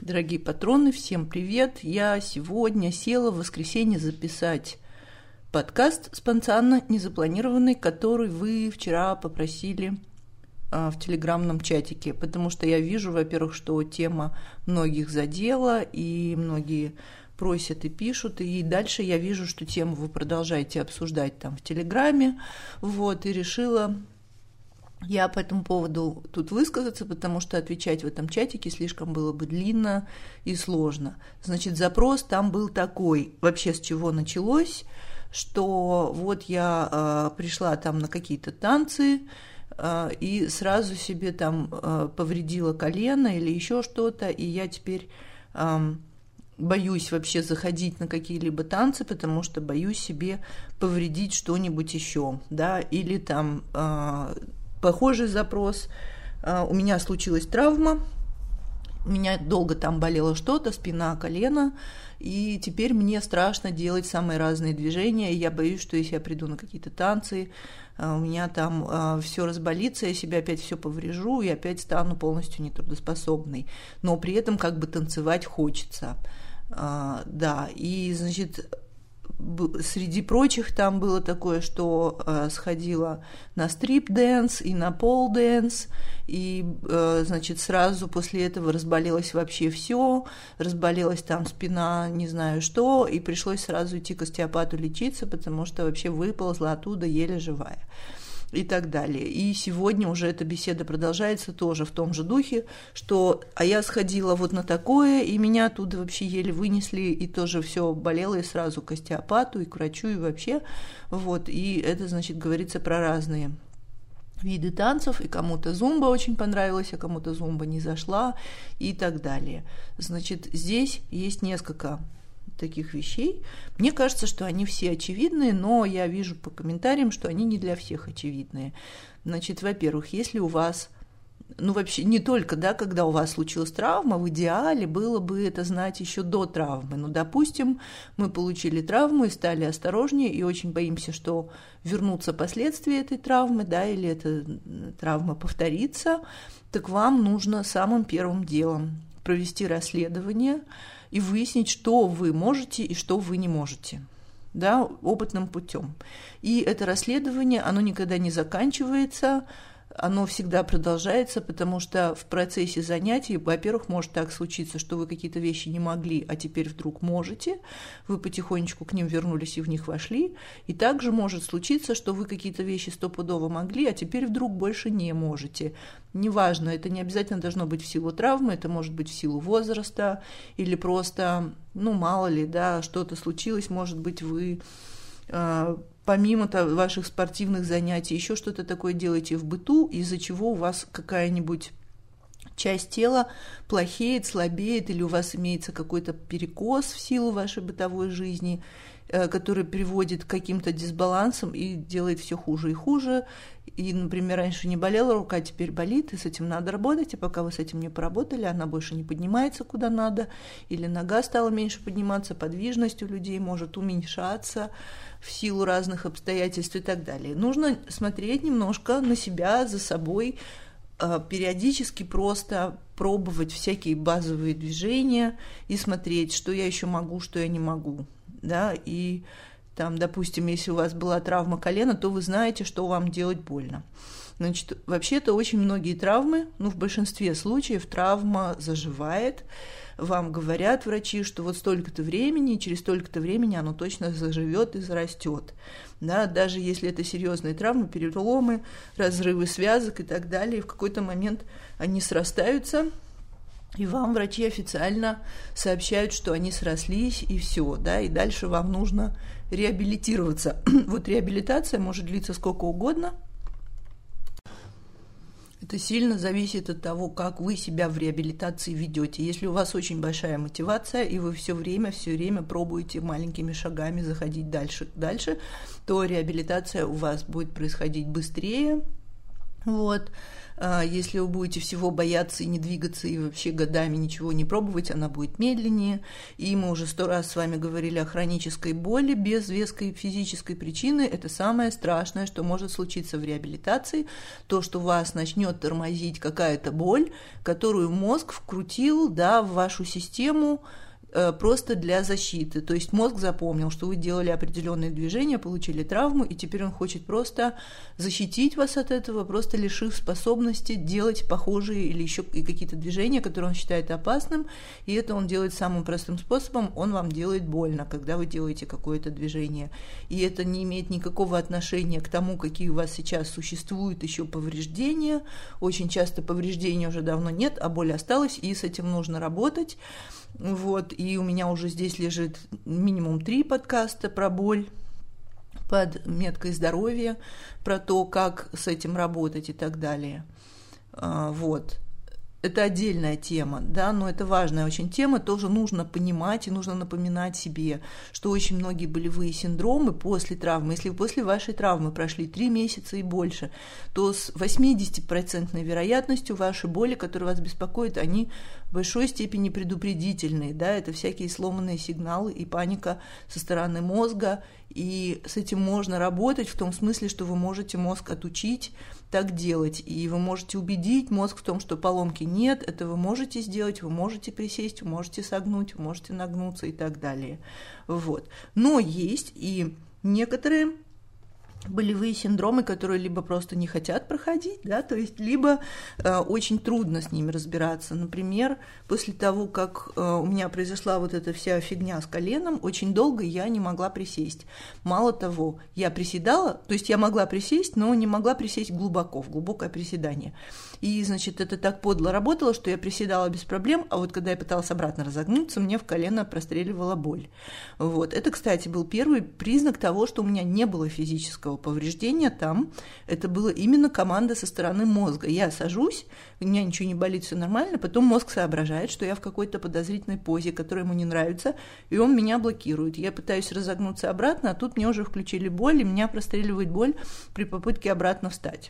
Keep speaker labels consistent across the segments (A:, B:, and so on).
A: Дорогие патроны, всем привет! Я сегодня села в воскресенье записать подкаст спонтанно, незапланированный, который вы вчера попросили в телеграмном чатике, потому что я вижу, во-первых, что тема многих задела, и многие просят и пишут, и дальше я вижу, что тему вы продолжаете обсуждать там в телеграме, и решила я по этому поводу тут высказаться, потому что отвечать в этом чатике слишком было бы длинно и сложно. Значит, запрос там был такой, вообще с чего началось, что вот я пришла там на какие-то танцы и сразу себе там повредила колено или еще что-то, и я теперь боюсь вообще заходить на какие-либо танцы, потому что боюсь себе повредить что-нибудь еще, да, или там похожий запрос. У меня случилась травма, у меня долго там болело что-то, спина, колено, и теперь мне страшно делать самые разные движения, и я боюсь, что если я приду на какие-то танцы, у меня там все разболится, я себе опять все поврежу, и опять стану полностью нетрудоспособной. Но при этом как бы танцевать хочется. Да, и, значит, среди прочих там было такое, что сходила на стрип-дэнс и на пол-дэнс, и, значит, сразу после этого разболелось вообще все, разболелась там спина, не знаю что, и пришлось сразу идти к остеопату лечиться, потому что вообще выползла оттуда еле живая. И так далее. И сегодня уже эта беседа продолжается тоже в том же духе, что а я сходила вот на такое, и меня оттуда вообще еле вынесли, и тоже все болело, и сразу к остеопату, и к врачу, и вообще. И это, значит, говорится про разные виды танцев, и кому-то зумба очень понравилась, а кому-то зумба не зашла, и так далее. Значит, здесь есть несколько таких вещей. Мне кажется, что они все очевидные, но я вижу по комментариям, что они не для всех очевидные. Значит, во-первых, если у вас, вообще не только, да, когда у вас случилась травма, в идеале было бы это знать еще до травмы. Допустим, мы получили травму и стали осторожнее, и очень боимся, что вернутся последствия этой травмы, да, или эта травма повторится, так вам нужно самым первым делом провести расследование и выяснить, что вы можете и что вы не можете, да, опытным путем. И это расследование, оно никогда не заканчивается, оно всегда продолжается, потому что в процессе занятий, во-первых, может так случиться, что вы какие-то вещи не могли, а теперь вдруг можете, вы потихонечку к ним вернулись и в них вошли, и также может случиться, что вы какие-то вещи стопудово могли, а теперь вдруг больше не можете. Неважно, это не обязательно должно быть в силу травмы, это может быть в силу возраста или просто, мало ли, да, что-то случилось, может быть, вы помимо ваших спортивных занятий еще что-то такое делаете в быту, из-за чего у вас какая-нибудь часть тела плохеет, слабеет, или у вас имеется какой-то перекос в силу вашей бытовой жизни, который приводит к каким-то дисбалансам и делает все хуже и хуже. И, например, раньше не болела рука, теперь болит, и с этим надо работать, а пока вы с этим не поработали, она больше не поднимается куда надо, или нога стала меньше подниматься, подвижность у людей может уменьшаться в силу разных обстоятельств и так далее. Нужно смотреть немножко на себя, за собой, периодически просто пробовать всякие базовые движения и смотреть, что я еще могу, что я не могу, да, и там, допустим, если у вас была травма колена, то вы знаете, что вам делать больно. Значит, вообще-то очень многие травмы, в большинстве случаев травма заживает. Вам говорят врачи, что вот столько-то времени, и через столько-то времени оно точно заживет и зарастет. Да, даже если это серьезные травмы, переломы, разрывы связок и так далее, и в какой-то момент они срастаются, и вам врачи официально сообщают, что они срослись, и все, да, и дальше вам нужно реабилитироваться. Вот реабилитация может длиться сколько угодно. Это сильно зависит от того, как вы себя в реабилитации ведете. Если у вас очень большая мотивация, и вы все время пробуете маленькими шагами заходить дальше, то реабилитация у вас будет происходить быстрее, Вот. Если вы будете всего бояться и не двигаться, и вообще годами ничего не пробовать, она будет медленнее. И мы уже 100 раз с вами говорили о хронической боли без веской физической причины. Это самое страшное, что может случиться в реабилитации. То, что вас начнет тормозить какая-то боль, которую мозг вкрутил, да, в вашу систему, просто для защиты. То есть мозг запомнил, что вы делали определенные движения, получили травму, и теперь он хочет просто защитить вас от этого, просто лишив способности делать похожие или еще и какие-то движения, которые он считает опасным, и это он делает самым простым способом, он вам делает больно, когда вы делаете какое-то движение. И это не имеет никакого отношения к тому, какие у вас сейчас существуют еще повреждения. Очень часто повреждений уже давно нет, а боль осталась, и с этим нужно работать. Вот, и у меня уже здесь лежит минимум 3 подкаста про боль под меткой здоровья, про то, как с этим работать и так далее. Вот. Это отдельная тема, да, но это важная очень тема, тоже нужно понимать и нужно напоминать себе, что очень многие болевые синдромы после травмы, если вы после вашей травмы прошли 3 месяца и больше, то с 80% вероятностью ваши боли, которые вас беспокоят, они в большой степени предупредительные, да, это всякие сломанные сигналы и паника со стороны мозга, и с этим можно работать в том смысле, что вы можете мозг отучить так делать, и вы можете убедить мозг в том, что поломки нет, это вы можете сделать, вы можете присесть, вы можете согнуть, вы можете нагнуться и так далее. Вот. Но есть и некоторые болевые синдромы, которые либо просто не хотят проходить, да, то есть либо очень трудно с ними разбираться. Например, после того, как у меня произошла вот эта вся фигня с коленом, очень долго я не могла присесть. Мало того, я приседала, то есть я могла присесть, но не могла присесть глубоко, в глубокое приседание. И, значит, это так подло работало, что я приседала без проблем, а вот когда я пыталась обратно разогнуться, мне в колено простреливала боль. Вот. Это, кстати, был первый признак того, что у меня не было физического повреждения там. Это была именно команда со стороны мозга. Я сажусь, у меня ничего не болит, все нормально, потом мозг соображает, что я в какой-то подозрительной позе, которая ему не нравится, и он меня блокирует. Я пытаюсь разогнуться обратно, а тут мне уже включили боль, и меня простреливает боль при попытке обратно встать.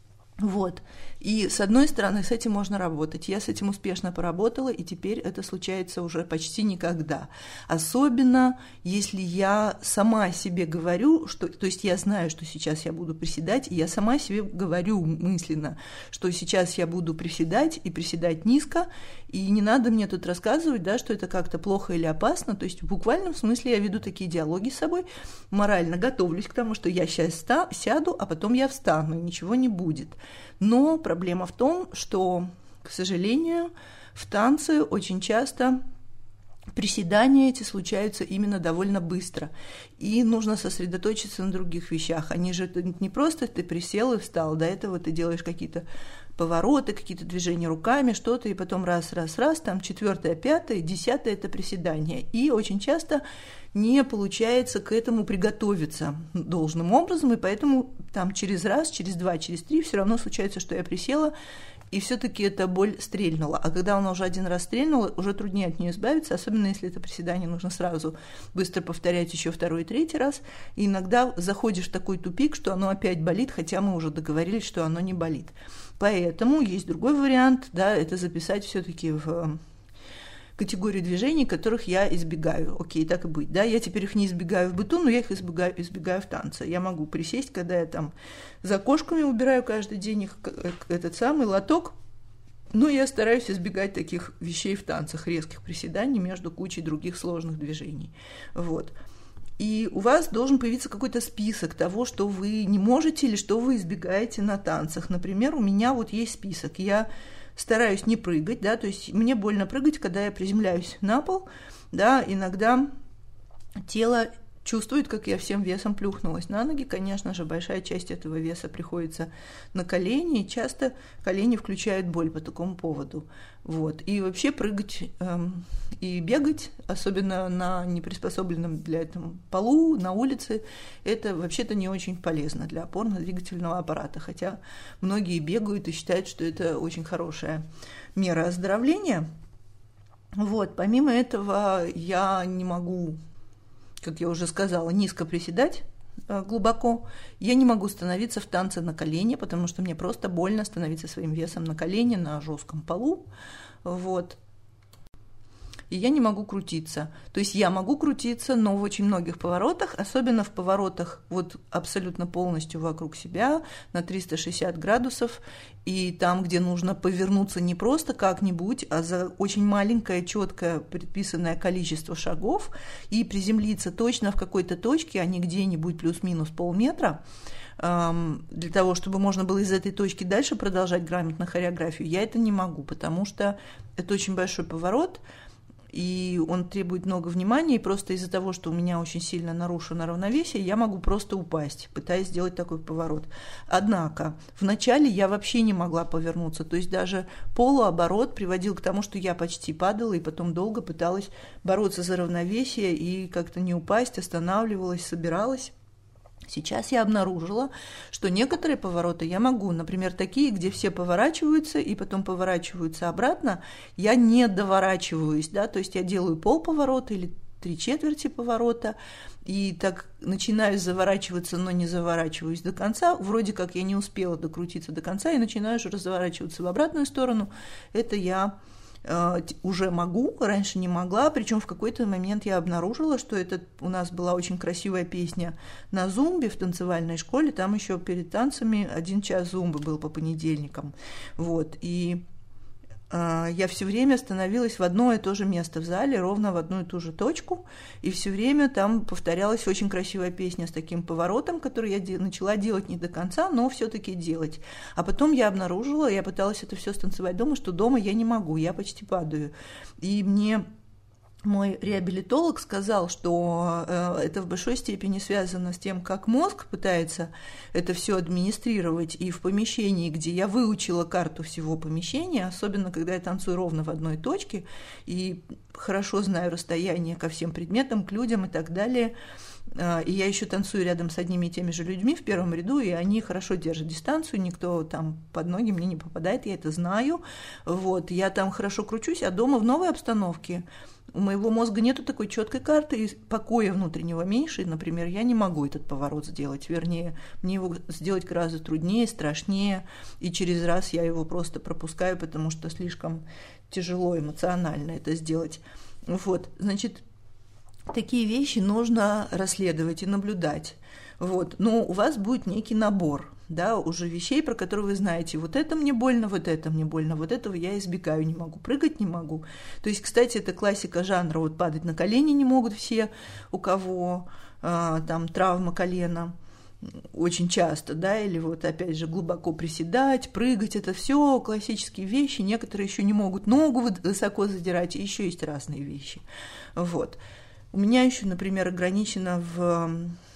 A: Вот. И, с одной стороны, с этим можно работать. Я с этим успешно поработала, и теперь это случается уже почти никогда. Особенно, если я сама себе говорю, что, то есть я знаю, что сейчас я буду приседать, и я сама себе говорю мысленно, что сейчас я буду приседать, и приседать низко, и не надо мне тут рассказывать, да, что это как-то плохо или опасно. То есть в буквальном смысле я веду такие диалоги с собой, морально готовлюсь к тому, что я сейчас сяду, а потом я встану, и ничего не будет. Но проблема в том, что, к сожалению, в танце очень часто приседания эти случаются именно довольно быстро, и нужно сосредоточиться на других вещах. Они же не просто ты присел и встал, до этого ты делаешь какие-то повороты, какие-то движения руками, что-то, и потом раз, там 4-е, 5-е, 10-е – это приседание. И очень часто не получается к этому приготовиться должным образом, и поэтому там через раз, через 2, через 3 все равно случается, что я присела, и все-таки эта боль стрельнула. А когда она уже один раз стрельнула, уже труднее от нее избавиться, особенно если это приседание нужно сразу быстро повторять еще 2-й, 3-й раз. И иногда заходишь в такой тупик, что оно опять болит, хотя мы уже договорились, что оно не болит. Поэтому есть другой вариант, да, это записать все-таки в категории движений, которых я избегаю. Окей, так и быть. Да? Я теперь их не избегаю в быту, но я их избегаю в танце. Я могу присесть, когда я там за кошками убираю каждый день их, этот самый лоток, но я стараюсь избегать таких вещей в танцах, резких приседаний между кучей других сложных движений. Вот. И у вас должен появиться какой-то список того, что вы не можете или что вы избегаете на танцах. Например, у меня вот есть список. Я стараюсь не прыгать, да, то есть мне больно прыгать, когда я приземляюсь на пол, да, иногда тело чувствует, как я всем весом плюхнулась на ноги, конечно же, большая часть этого веса приходится на колени, и часто колени включают боль по такому поводу, вот, и вообще прыгать и бегать, особенно на неприспособленном для этого полу, на улице, это вообще-то не очень полезно для опорно-двигательного аппарата, хотя многие бегают и считают, что это очень хорошая мера оздоровления. Вот, помимо этого я не могу, как я уже сказала, низко приседать, глубоко. Я не могу становиться в танце на колени, потому что мне просто больно становиться своим весом на колени на жестком полу. Вот. И я не могу крутиться. То есть я могу крутиться, но в очень многих поворотах, особенно в поворотах вот абсолютно полностью вокруг себя, на 360 градусов, и там, где нужно повернуться не просто как-нибудь, а за очень маленькое, четкое предписанное количество шагов и приземлиться точно в какой-то точке, а не где-нибудь плюс-минус полметра, для того, чтобы можно было из этой точки дальше продолжать грамотно хореографию, я это не могу, потому что это очень большой поворот, и он требует много внимания, и просто из-за того, что у меня очень сильно нарушено равновесие, я могу просто упасть, пытаясь сделать такой поворот. Однако вначале я вообще не могла повернуться, то есть даже полуоборот приводил к тому, что я почти падала, и потом долго пыталась бороться за равновесие и как-то не упасть, останавливалась, собиралась. Сейчас я обнаружила, что некоторые повороты я могу, например, такие, где все поворачиваются и потом поворачиваются обратно, я не доворачиваюсь, да, то есть я делаю полповорота или 3/4 поворота, и так начинаю заворачиваться, но не заворачиваюсь до конца, вроде как я не успела докрутиться до конца, и начинаю уже разворачиваться в обратную сторону, это я уже могу, раньше не могла, причем в какой-то момент я обнаружила, что это у нас была очень красивая песня на зумбе в танцевальной школе, там еще перед танцами 1 час зумбы был по понедельникам, вот, и я все время становилась в одно и то же место в зале, ровно в одну и ту же точку, и все время там повторялась очень красивая песня с таким поворотом, который я начала делать не до конца, но все-таки делать. А потом я обнаружила, я пыталась это все станцевать дома, что дома я не могу, я почти падаю. И мне мой реабилитолог сказал, что это в большой степени связано с тем, как мозг пытается это все администрировать, и в помещении, где я выучила карту всего помещения, особенно когда я танцую ровно в одной точке и хорошо знаю расстояние ко всем предметам, к людям и так далее, и я еще танцую рядом с одними и теми же людьми в первом ряду, и они хорошо держат дистанцию, никто там под ноги мне не попадает, я это знаю, вот, я там хорошо кручусь, а дома в новой обстановке у моего мозга нету такой четкой карты, и покоя внутреннего меньше, например, я не могу этот поворот сделать, вернее, мне его сделать гораздо труднее, страшнее, и через раз я его просто пропускаю, потому что слишком тяжело эмоционально это сделать. Вот, значит, такие вещи нужно расследовать и наблюдать. Вот, но у вас будет некий набор, да, уже вещей, про которые вы знаете, вот это мне больно, вот это мне больно, вот этого я избегаю, не могу, прыгать не могу. То есть, кстати, это классика жанра, вот падать на колени не могут все, у кого там травма колена, очень часто, да, или вот опять же глубоко приседать, прыгать, это все классические вещи, некоторые еще не могут ногу высоко задирать, и еще есть разные вещи. Вот. У меня еще, например, ограничено в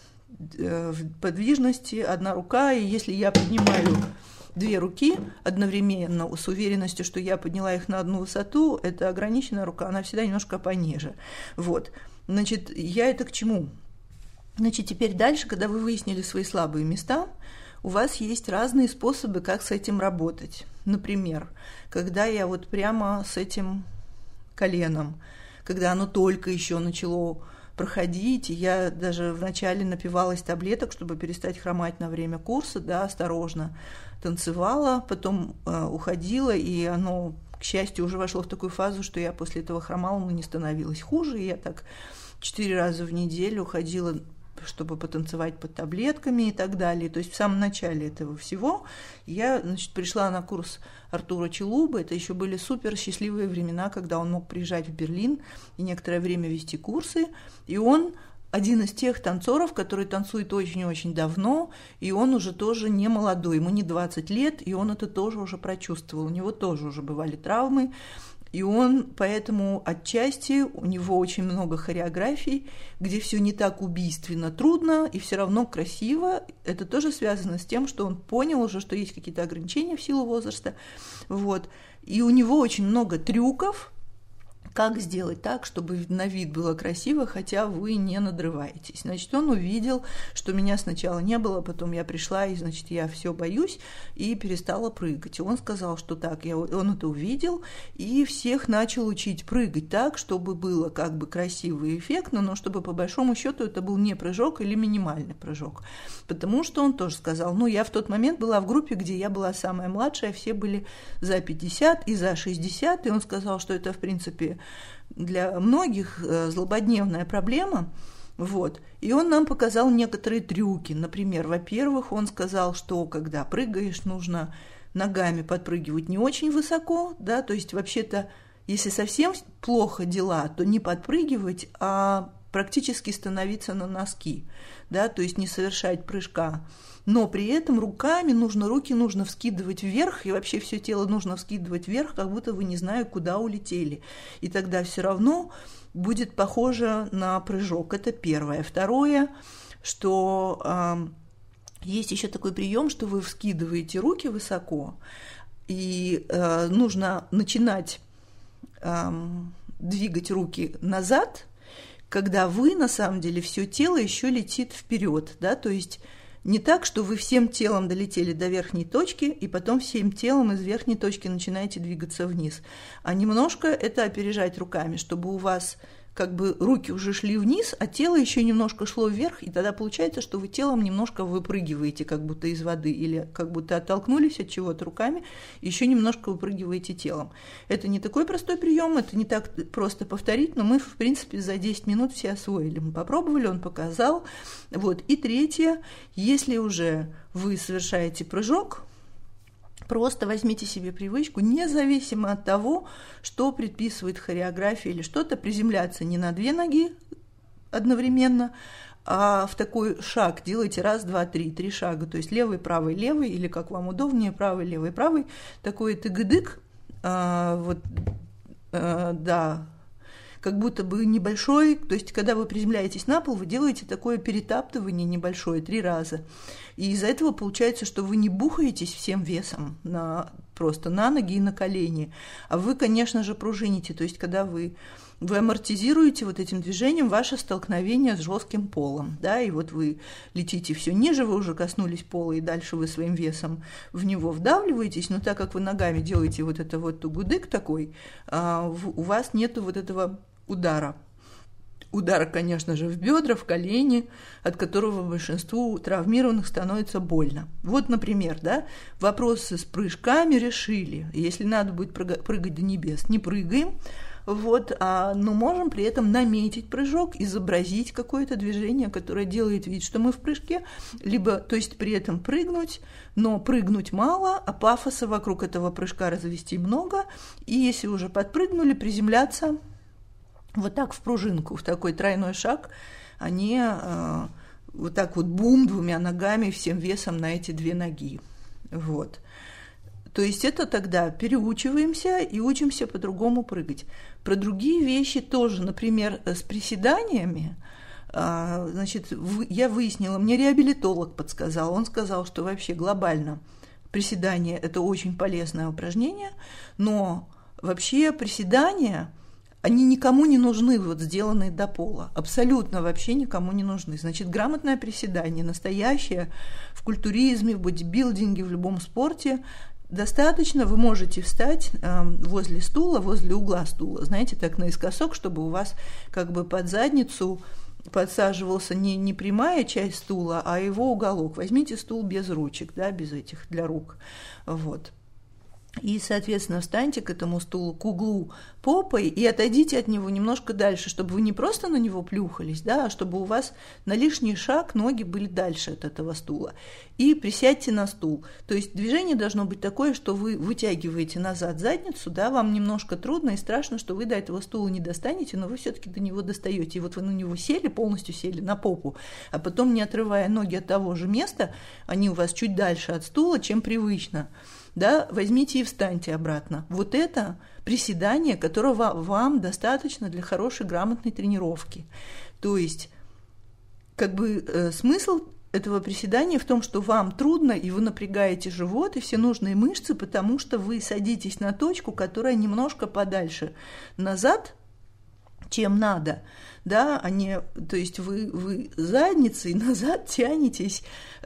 A: подвижности одна рука, и если я поднимаю 2 руки одновременно с уверенностью, что я подняла их на одну высоту, это ограниченная рука, она всегда немножко пониже. Вот. Значит, я это к чему? Значит, теперь дальше, когда вы выяснили свои слабые места, у вас есть разные способы, как с этим работать. Например, когда я вот прямо с этим коленом, когда оно только еще начало проходить, и я даже вначале напивалась таблеток, чтобы перестать хромать на время курса, да, осторожно танцевала, потом уходила, и оно, к счастью, уже вошло в такую фазу, что я после этого хромала, но не становилась хуже, и я так 4 раза в неделю ходила, чтобы потанцевать под таблетками и так далее. То есть в самом начале этого всего я, значит, пришла на курс Артура Челубы. Это еще были супер счастливые времена, когда он мог приезжать в Берлин и некоторое время вести курсы. И он один из тех танцоров, который танцует очень-очень давно, и он уже тоже не молодой, ему не 20 лет, и он это тоже уже прочувствовал. У него тоже уже бывали травмы. И он, поэтому отчасти у него очень много хореографий, где все не так убийственно трудно и все равно красиво. Это тоже связано с тем, что он понял уже, что есть какие-то ограничения в силу возраста. Вот. И у него очень много трюков, как сделать так, чтобы на вид было красиво, хотя вы не надрываетесь. Значит, он увидел, что меня сначала не было, потом я пришла, и, значит, я все боюсь, и перестала прыгать. И он сказал, что так, он это увидел, и всех начал учить прыгать так, чтобы было как бы красиво и эффектно, но чтобы по большому счету это был не прыжок или минимальный прыжок. Потому что он тоже сказал, я в тот момент была в группе, где я была самая младшая, все были за 50 и за 60, и он сказал, что это, в принципе, для многих злободневная проблема, вот. И он нам показал некоторые трюки. Например, во-первых, он сказал, что когда прыгаешь, нужно ногами подпрыгивать не очень высоко, да, то есть вообще-то, если совсем плохо дела, то не подпрыгивать, а практически становиться на носки, да, то есть не совершать прыжка. Но при этом руки нужно вскидывать вверх, и вообще все тело нужно вскидывать вверх, как будто вы не знаю, куда улетели. И тогда все равно будет похоже на прыжок. Это первое. Второе, что есть еще такой прием, что вы вскидываете руки высоко, и нужно начинать двигать руки назад, когда вы, на самом деле, все тело еще летит вперед, да, то есть не так, что вы всем телом долетели до верхней точки, и потом всем телом из верхней точки начинаете двигаться вниз, а немножко это опережать руками, чтобы у вас как бы руки уже шли вниз, а тело еще немножко шло вверх, и тогда получается, что вы телом немножко выпрыгиваете как будто из воды, или как будто оттолкнулись от чего-то руками, еще немножко выпрыгиваете телом. Это не такой простой прием, это не так просто повторить, но мы, в принципе, за 10 минут все освоили. Мы попробовали, он показал. Вот. И третье, если уже вы совершаете прыжок, просто возьмите себе привычку, независимо от того, что предписывает хореография или что-то, приземляться не на 2 ноги одновременно, а в такой шаг делайте 1, 2, 3 шага, то есть левый, правый, или как вам удобнее, правый, левый, правый, такой тыгыдык, да, как будто бы небольшой, то есть когда вы приземляетесь на пол, вы делаете такое перетаптывание небольшое 3 раза. И из-за этого получается, что вы не бухаетесь всем весом просто на ноги и на колени, а вы, конечно же, пружините, то есть когда вы амортизируете вот этим движением ваше столкновение с жестким полом, да, и вот вы летите все ниже, вы уже коснулись пола, и дальше вы своим весом в него вдавливаетесь, но так как вы ногами делаете вот это вот тугудык такой, у вас нету вот этого удара. Удара, конечно же, в бедра, в колени, от которого большинству травмированных становится больно. Вот, например, да, вопросы с прыжками решили. Если надо будет прыгать до небес, не прыгаем, вот, но можем при этом наметить прыжок, изобразить какое-то движение, которое делает вид, что мы в прыжке, либо, то есть при этом прыгнуть, но прыгнуть мало, а пафоса вокруг этого прыжка развести много, и если уже подпрыгнули, приземляться вот так в пружинку, в такой тройной шаг, а не вот так вот бум 2 ногами, всем весом на эти 2 ноги. Вот. То есть это тогда переучиваемся и учимся по-другому прыгать. Про другие вещи тоже, например, с приседаниями, значит, я выяснила, мне реабилитолог подсказал, он сказал, что вообще глобально приседание – это очень полезное упражнение, но вообще приседания – они никому не нужны, вот сделанные до пола, абсолютно вообще никому не нужны. Значит, грамотное приседание, настоящее, в культуризме, в бодибилдинге, в любом спорте, достаточно, вы можете встать возле стула, возле угла стула, знаете, так наискосок, чтобы у вас как бы под задницу подсаживался не прямая часть стула, а его уголок. Возьмите стул без ручек, да, без этих для рук, вот. И, соответственно, встаньте к этому стулу, к углу попой и отойдите от него немножко дальше, чтобы вы не просто на него плюхались, да, а чтобы у вас на лишний шаг ноги были дальше от этого стула. И присядьте на стул. То есть движение должно быть такое, что вы вытягиваете назад задницу, да, вам немножко трудно и страшно, что вы до этого стула не достанете, но вы все-таки до него достаете. И вот вы на него сели, полностью сели на попу, а потом, не отрывая ноги от того же места, они у вас чуть дальше от стула, чем привычно. Да, возьмите и встаньте обратно. Вот это приседание, которого вам достаточно для хорошей грамотной тренировки. То есть, как бы смысл этого приседания в том, что вам трудно, и вы напрягаете живот и все нужные мышцы, потому что вы садитесь на точку, которая немножко подальше назад чем надо, да, то есть вы задницей назад тянетесь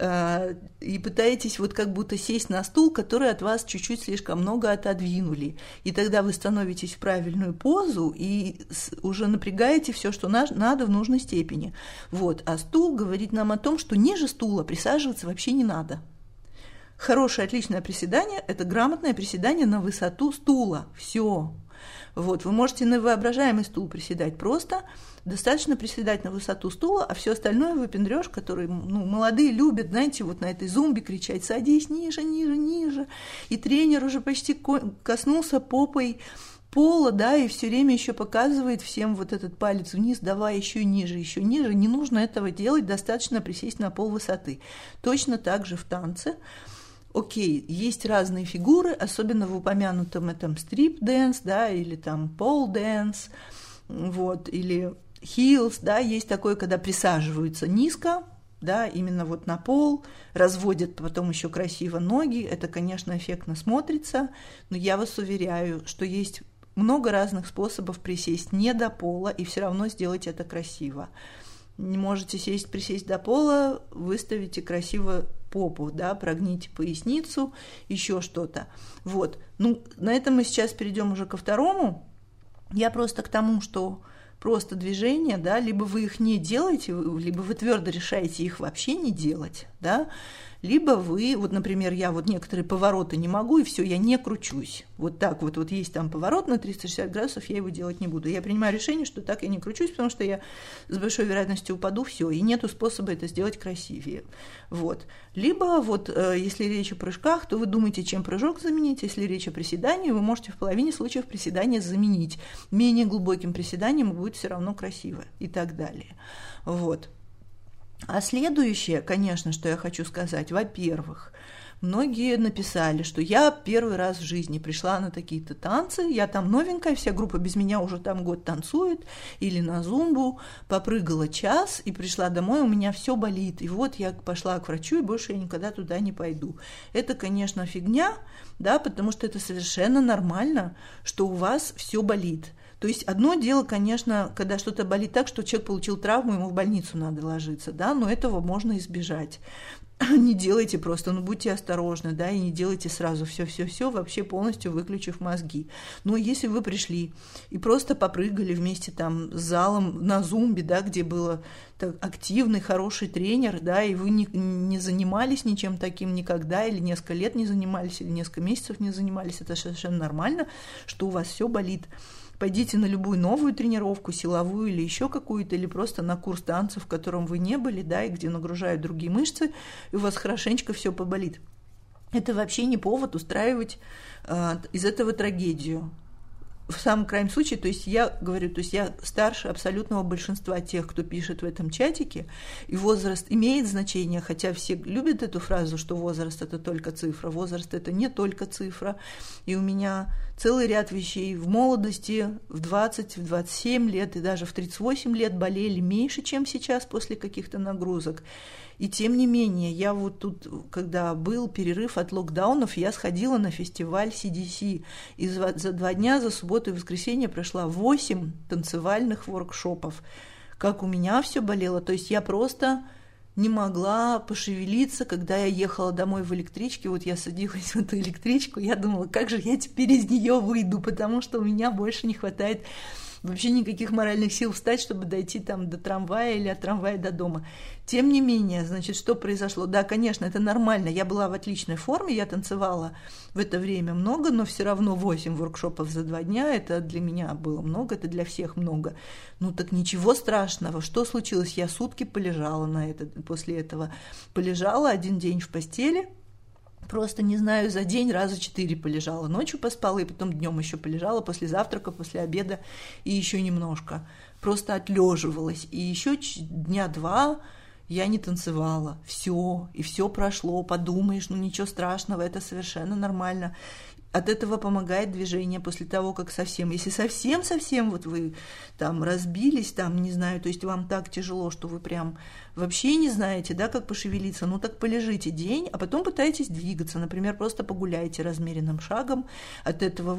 A: и пытаетесь вот как будто сесть на стул, который от вас чуть-чуть слишком много отодвинули, и тогда вы становитесь в правильную позу и уже напрягаете все, что надо в нужной степени, вот, а стул говорит нам о том, что ниже стула присаживаться вообще не надо. Хорошее, отличное приседание – это грамотное приседание на высоту стула, все. Вот, вы можете на воображаемый стул приседать просто, достаточно приседать на высоту стула, а все остальное выпендрёж, который, молодые любят, знаете, вот на этой зумбе кричать «садись ниже, ниже, ниже», и тренер уже почти коснулся попой пола, да, и все время еще показывает всем вот этот палец вниз, давай еще ниже, не нужно этого делать, достаточно присесть на полвысоты. Точно так же в танце. Окей, есть разные фигуры, особенно в упомянутом этом стрип-дэнс, да, или там пол-дэнс, вот, или хилс, да, есть такое, когда присаживаются низко, да, именно вот на пол, разводят потом еще красиво ноги, это, конечно, эффектно смотрится, но я вас уверяю, что есть много разных способов присесть не до пола и все равно сделать это красиво. Не можете присесть до пола, выставите красиво попу, да, прогните поясницу, еще что-то. Вот. На этом мы сейчас перейдем уже ко второму. Я просто к тому, что просто движения, да, либо вы их не делаете, либо вы твердо решаете их вообще не делать, да, либо вы, вот, например, я вот некоторые повороты не могу, и все, я не кручусь. Вот так вот есть там поворот на 360 градусов, я его делать не буду. Я принимаю решение, что так я не кручусь, потому что я с большой вероятностью упаду, все, и нету способа это сделать красивее. Вот. Либо вот, если речь о прыжках, то вы думаете, чем прыжок заменить, если речь о приседании, вы можете в половине случаев приседания заменить. Менее глубоким приседанием будет все равно красиво и так далее. Вот. А следующее, конечно, что я хочу сказать, во-первых, многие написали, что я первый раз в жизни пришла на такие-то танцы, я там новенькая, вся группа без меня уже там год танцует, или на зумбу, попрыгала час и пришла домой, у меня все болит, и вот я пошла к врачу, и больше я никогда туда не пойду. Это, конечно, фигня, да, потому что это совершенно нормально, что у вас все болит. То есть одно дело, конечно, когда что-то болит так, что человек получил травму, ему в больницу надо ложиться, да, но этого можно избежать. Не делайте просто, будьте осторожны, да, и не делайте сразу все, вообще полностью выключив мозги. Но если вы пришли и просто попрыгали вместе там с залом на зумбе, да, где был активный, хороший тренер, да, и вы не занимались ничем таким никогда, или несколько лет не занимались, или несколько месяцев не занимались, это совершенно нормально, что у вас все болит. Пойдите на любую новую тренировку, силовую или еще какую-то, или просто на курс танцев, в котором вы не были, да, и где нагружают другие мышцы, и у вас хорошенечко все поболит. Это вообще не повод устраивать из этого трагедию. В самом крайнем случае, то есть я говорю, то есть я старше абсолютного большинства тех, кто пишет в этом чатике, и возраст имеет значение, хотя все любят эту фразу, что возраст – это только цифра. Возраст – это не только цифра. И у меня целый ряд вещей в молодости, в 20, в 27 лет и даже в 38 лет болели меньше, чем сейчас после каких-то нагрузок. И тем не менее, я вот тут, когда был перерыв от локдаунов, я сходила на фестиваль CDC, и за 2 дня, за субботу и воскресенье прошла 8 танцевальных воркшопов. Как у меня все болело, то есть я просто не могла пошевелиться, когда я ехала домой в электричке, вот я садилась в эту электричку, я думала, как же я теперь из нее выйду, потому что у меня больше не хватает вообще никаких моральных сил встать, чтобы дойти там до трамвая или от трамвая до дома. Тем не менее, значит, что произошло? Да, конечно, это нормально. Я была в отличной форме, я танцевала в это время много, но все равно 8 воркшопов за 2 дня, это для меня было много, это для всех много. Так ничего страшного. Что случилось? Я сутки полежала после этого. Полежала 1 день в постели, просто, не знаю, за день раза 4 полежала. Ночью поспала, и потом днем еще полежала, после завтрака, после обеда, и еще немножко. Просто отлеживалась. И еще 2 дня я не танцевала. Все, и все прошло. Подумаешь, ничего страшного, это совершенно нормально. От этого помогает движение после того, как совсем, если совсем вот вы там разбились, там, не знаю, то есть вам так тяжело, что вы прям вообще не знаете, да, как пошевелиться, ну так полежите день, а потом пытайтесь двигаться, например, просто погуляйте размеренным шагом, от этого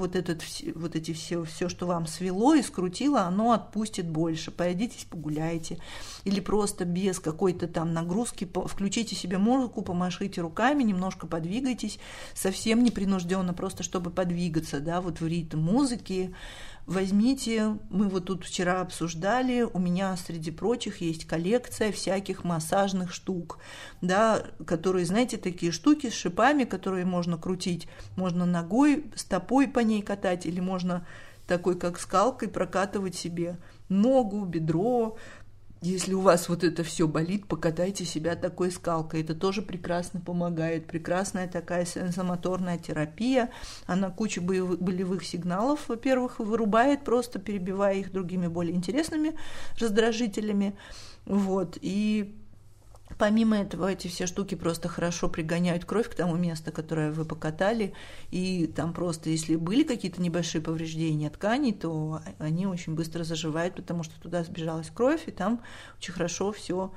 A: все, что вам свело и скрутило, оно отпустит больше, пойдитесь погуляйте, или просто без какой-то там нагрузки включите себе музыку, помашите руками, немножко подвигайтесь, совсем непринужденно, просто чтобы подвигаться, да, вот в ритм музыки. Возьмите, мы вот тут вчера обсуждали, у меня среди прочих есть коллекция всяких массажных штук, да, которые, знаете, такие штуки с шипами, которые можно крутить, можно ногой, стопой по ней катать, или можно такой, как скалкой, прокатывать себе ногу, бедро. Если у вас вот это все болит, покатайте себя такой скалкой. Это тоже прекрасно помогает. Прекрасная такая сенсомоторная терапия. Она кучу болевых сигналов, во-первых, вырубает, просто перебивая их другими более интересными раздражителями. Вот. И помимо этого, эти все штуки просто хорошо пригоняют кровь к тому месту, которое вы покатали, и там просто, если были какие-то небольшие повреждения тканей, то они очень быстро заживают, потому что туда сбежалась кровь, и там очень хорошо все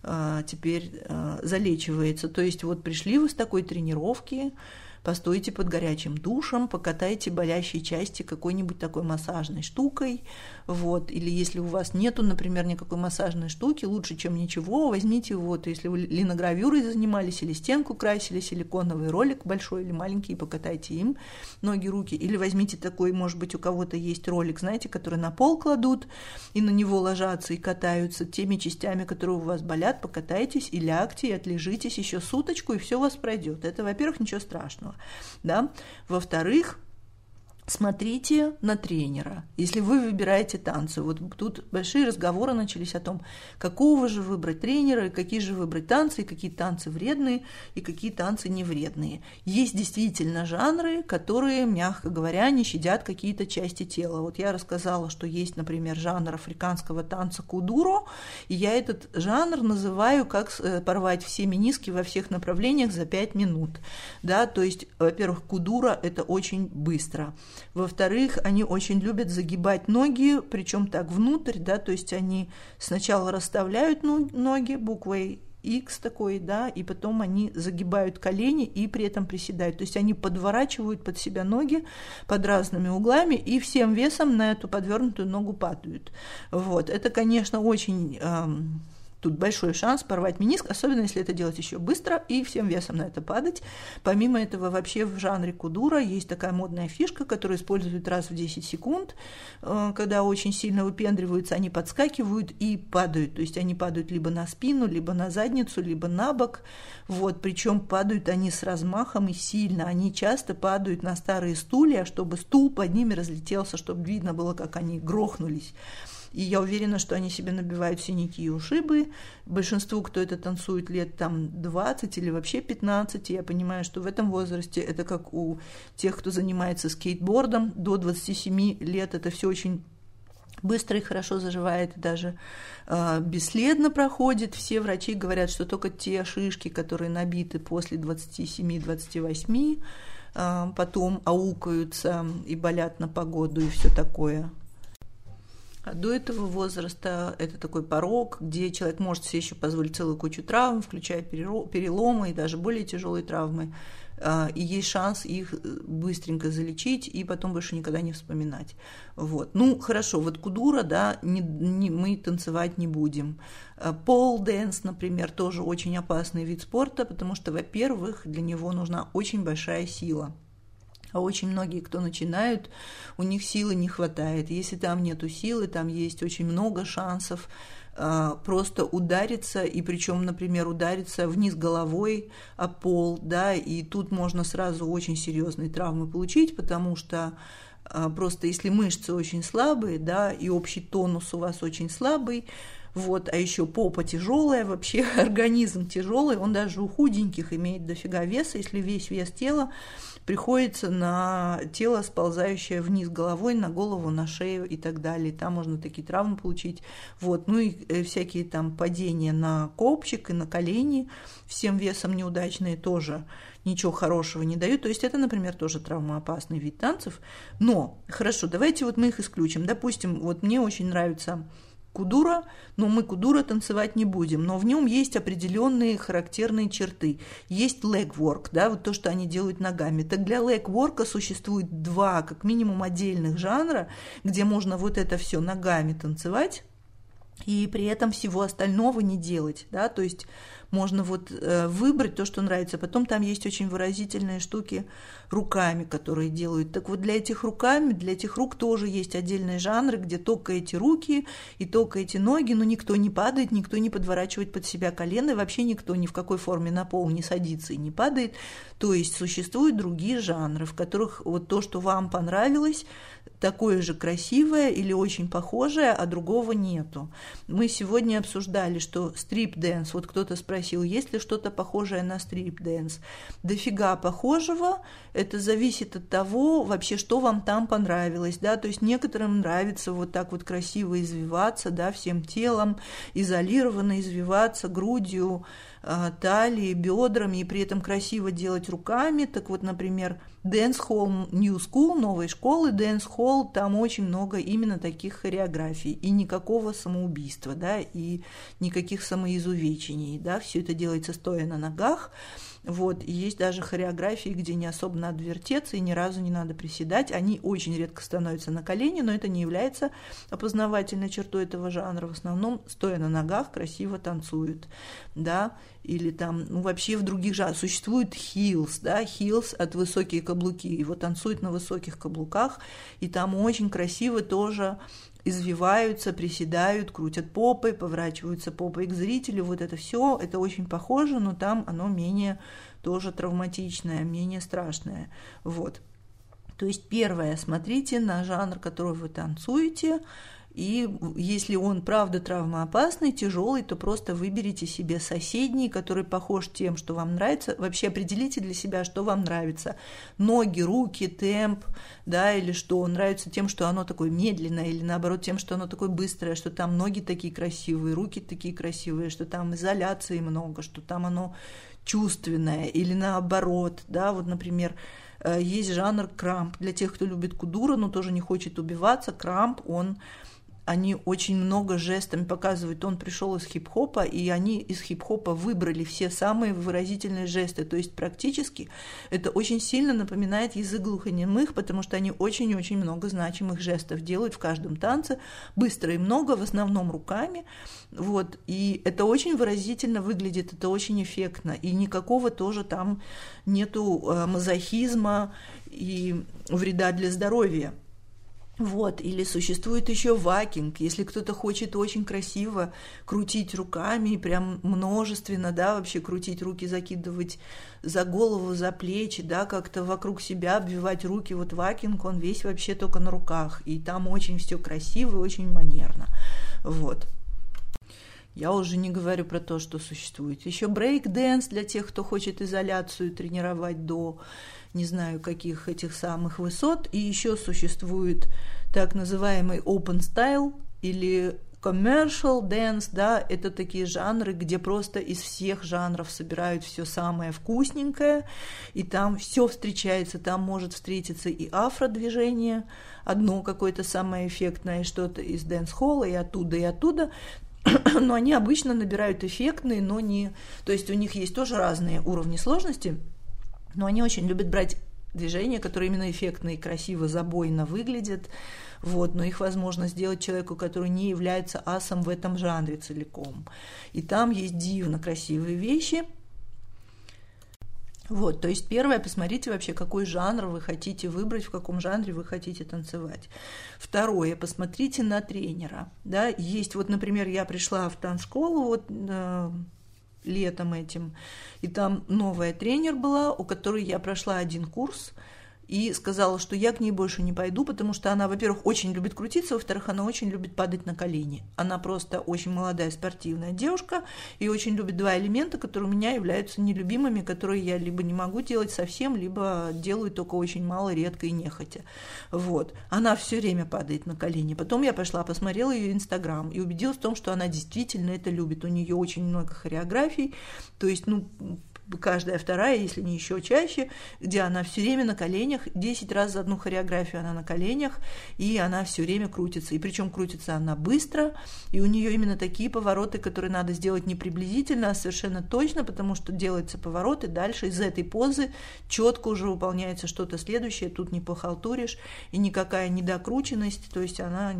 A: теперь залечивается. То есть вот пришли вы с такой тренировки, постойте под горячим душем, покатайте болящие части какой-нибудь такой массажной штукой, вот, или если у вас нету, например, никакой массажной штуки, лучше, чем ничего, возьмите вот, если вы линогравюрой занимались, или стенку красили, силиконовый ролик большой или маленький, покатайте им ноги, руки, или возьмите такой, может быть, у кого-то есть ролик, знаете, который на пол кладут, и на него ложатся и катаются теми частями, которые у вас болят, покатайтесь и лягте, и отлежитесь еще суточку, и все у вас пройдет. Это, во-первых, ничего страшного. Да? Во-вторых, смотрите на тренера. Если вы выбираете танцы, вот тут большие разговоры начались о том, какого же выбрать тренера, и какие же выбрать танцы, и какие танцы вредные, и какие танцы не вредные. Есть действительно жанры, которые, мягко говоря, не щадят какие-то части тела. Вот я рассказала, что есть, например, жанр африканского танца кудуро, и я этот жанр называю как порвать все мениски во всех направлениях за 5 минут. Да? То есть, во-первых, кудуро – это очень быстро. Во-вторых, они очень любят загибать ноги, причем так внутрь, да, то есть они сначала расставляют ноги буквой X такой, да, и потом они загибают колени и при этом приседают. То есть они подворачивают под себя ноги под разными углами и всем весом на эту подвернутую ногу падают. Вот. Это, конечно, очень... Тут большой шанс порвать мениск, особенно если это делать еще быстро и всем весом на это падать. Помимо этого, вообще в жанре кудуро есть такая модная фишка, которую используют раз в 10 секунд. Когда очень сильно выпендриваются, они подскакивают и падают. То есть они падают либо на спину, либо на задницу, либо на бок. Вот. Причем падают они с размахом и сильно. Они часто падают на старые стулья, чтобы стул под ними разлетелся, чтобы видно было, как они грохнулись. И я уверена, что они себе набивают синяки и ушибы. Большинству, кто это танцует лет там 20 или вообще 15, я понимаю, что в этом возрасте это как у тех, кто занимается скейтбордом, до 27 лет это все очень быстро и хорошо заживает, даже бесследно проходит. Все врачи говорят, что только те шишки, которые набиты после 27-28, потом аукаются и болят на погоду и все такое. А до этого возраста это такой порог, где человек может себе еще позволить целую кучу травм, включая переломы и даже более тяжелые травмы. И есть шанс их быстренько залечить и потом больше никогда не вспоминать. Вот. Ну, хорошо, вот кудуро, да, мы танцевать не будем. Пол-дэнс, например, тоже очень опасный вид спорта, потому что, во-первых, для него нужна очень большая сила. А очень многие, кто начинают, у них силы не хватает. Если там нету силы, там есть очень много шансов просто удариться, и причем, например, удариться вниз головой о пол, да, и тут можно сразу очень серьезные травмы получить, потому что просто если мышцы очень слабые, да, и общий тонус у вас очень слабый, вот, а еще попа тяжелая, вообще организм тяжелый, он даже у худеньких имеет дофига веса, если весь вес тела приходится на тело, сползающее вниз головой, на голову, на шею и так далее. Там можно такие травмы получить. Вот. Ну и всякие там падения на копчик и на колени всем весом неудачные тоже ничего хорошего не дают. То есть это, например, тоже травмоопасный вид танцев. Но, хорошо, давайте вот мы их исключим. Допустим, вот мне очень нравится кудуро, но мы кудуро танцевать не будем, но в нем есть определенные характерные черты. Есть leg work, да, вот то, что они делают ногами. Так для leg work существует два, как минимум, отдельных жанра, где можно вот это все ногами танцевать и при этом всего остального не делать, да, то есть можно вот выбрать то, что нравится. Потом там есть очень выразительные штуки руками, которые делают. Так вот для этих рук тоже есть отдельные жанры, где только эти руки и только эти ноги, но никто не падает, никто не подворачивает под себя колено, и вообще никто ни в какой форме на пол не садится и не падает. То есть существуют другие жанры, в которых вот то, что вам понравилось, такое же красивое или очень похожее, а другого нету. Мы сегодня обсуждали, что стрип-дэнс, вот кто-то спросил, есть ли что-то похожее на стрип-дэнс. Дофига похожего, это зависит от того, вообще, что вам там понравилось, да, то есть некоторым нравится вот так вот красиво извиваться, да, всем телом, изолированно извиваться, грудью, талией, бедрами, и при этом красиво делать руками. Так вот, например, Dance Hall New School, новой школы Dance Hall, там очень много именно таких хореографий, и никакого самоубийства, да, и никаких самоизувечений, да, все это делается стоя на ногах. Вот, и есть даже хореографии, где не особо надо вертеться и ни разу не надо приседать. Они очень редко становятся на колени, но это не является опознавательной чертой этого жанра. В основном, стоя на ногах, красиво танцуют, да, или там, ну, вообще в других жанрах существует heels, да, heels от высокие каблуки, его танцуют на высоких каблуках, и там очень красиво тоже извиваются, приседают, крутят попой, поворачиваются попой к зрителю. Вот это все, это очень похоже, но там оно менее тоже травматичное, менее страшное. Вот. То есть первое, смотрите на жанр, который вы танцуете, и если он, правда, травмоопасный, тяжелый, то просто выберите себе соседний, который похож тем, что вам нравится. Вообще определите для себя, что вам нравится. Ноги, руки, темп, да, или что нравится тем, что оно такое медленное, или наоборот тем, что оно такое быстрое, что там ноги такие красивые, руки такие красивые, что там изоляции много, что там оно чувственное, или наоборот, да, вот, например, есть жанр крамп. Для тех, кто любит кудуро, но тоже не хочет убиваться, крамп, они очень много жестами показывают. Он пришел из хип-хопа, и они из хип-хопа выбрали все самые выразительные жесты. То есть практически это очень сильно напоминает язык глухонемых, потому что они очень-очень много значимых жестов делают в каждом танце, быстро и много, в основном руками. Вот. И это очень выразительно выглядит, это очень эффектно. И никакого тоже там нету мазохизма и вреда для здоровья. Вот, или существует еще вакинг, если кто-то хочет очень красиво крутить руками, прям множественно, да, вообще крутить руки, закидывать за голову, за плечи, да, как-то вокруг себя обвивать руки, вот вакинг, он весь вообще только на руках, и там очень все красиво и очень манерно, вот. Я уже не говорю про то, что существует еще брейк-дэнс для тех, кто хочет изоляцию тренировать до, не знаю, каких этих самых высот. И еще существует так называемый open style или commercial dance, да, это такие жанры, где просто из всех жанров собирают все самое вкусненькое, и там все встречается, там может встретиться и афродвижение, одно какое-то самое эффектное, что-то из дэнс-холла, и оттуда, но они обычно набирают эффектные, но не... То есть у них есть тоже разные уровни сложности, но они очень любят брать движения, которые именно эффектно и красиво, забойно выглядят, вот, но их возможно сделать человеку, который не является асом в этом жанре целиком. И там есть дивно красивые вещи. Вот, то есть первое, посмотрите вообще, какой жанр вы хотите выбрать, в каком жанре вы хотите танцевать. Второе, посмотрите на тренера, да, есть вот, например, я пришла в танцшколу вот летом этим, и там новая тренер была, у которой я прошла один курс, и сказала, что я к ней больше не пойду, потому что она, во-первых, очень любит крутиться, во-вторых, она очень любит падать на колени. Она просто очень молодая спортивная девушка и очень любит два элемента, которые у меня являются нелюбимыми, которые я либо не могу делать совсем, либо делаю только очень мало, редко и нехотя. Вот. Она все время падает на колени. Потом я пошла, посмотрела ее Инстаграм и убедилась в том, что она действительно это любит. У нее очень много хореографий, то есть, каждая вторая, если не еще чаще, где она все время на коленях, 10 раз за одну хореографию она на коленях, и она все время крутится. И причем крутится она быстро, и у нее именно такие повороты, которые надо сделать не приблизительно, а совершенно точно, потому что делается поворот, и дальше из этой позы четко уже выполняется что-то следующее, тут не похалтуришь, и никакая недокрученность, то есть она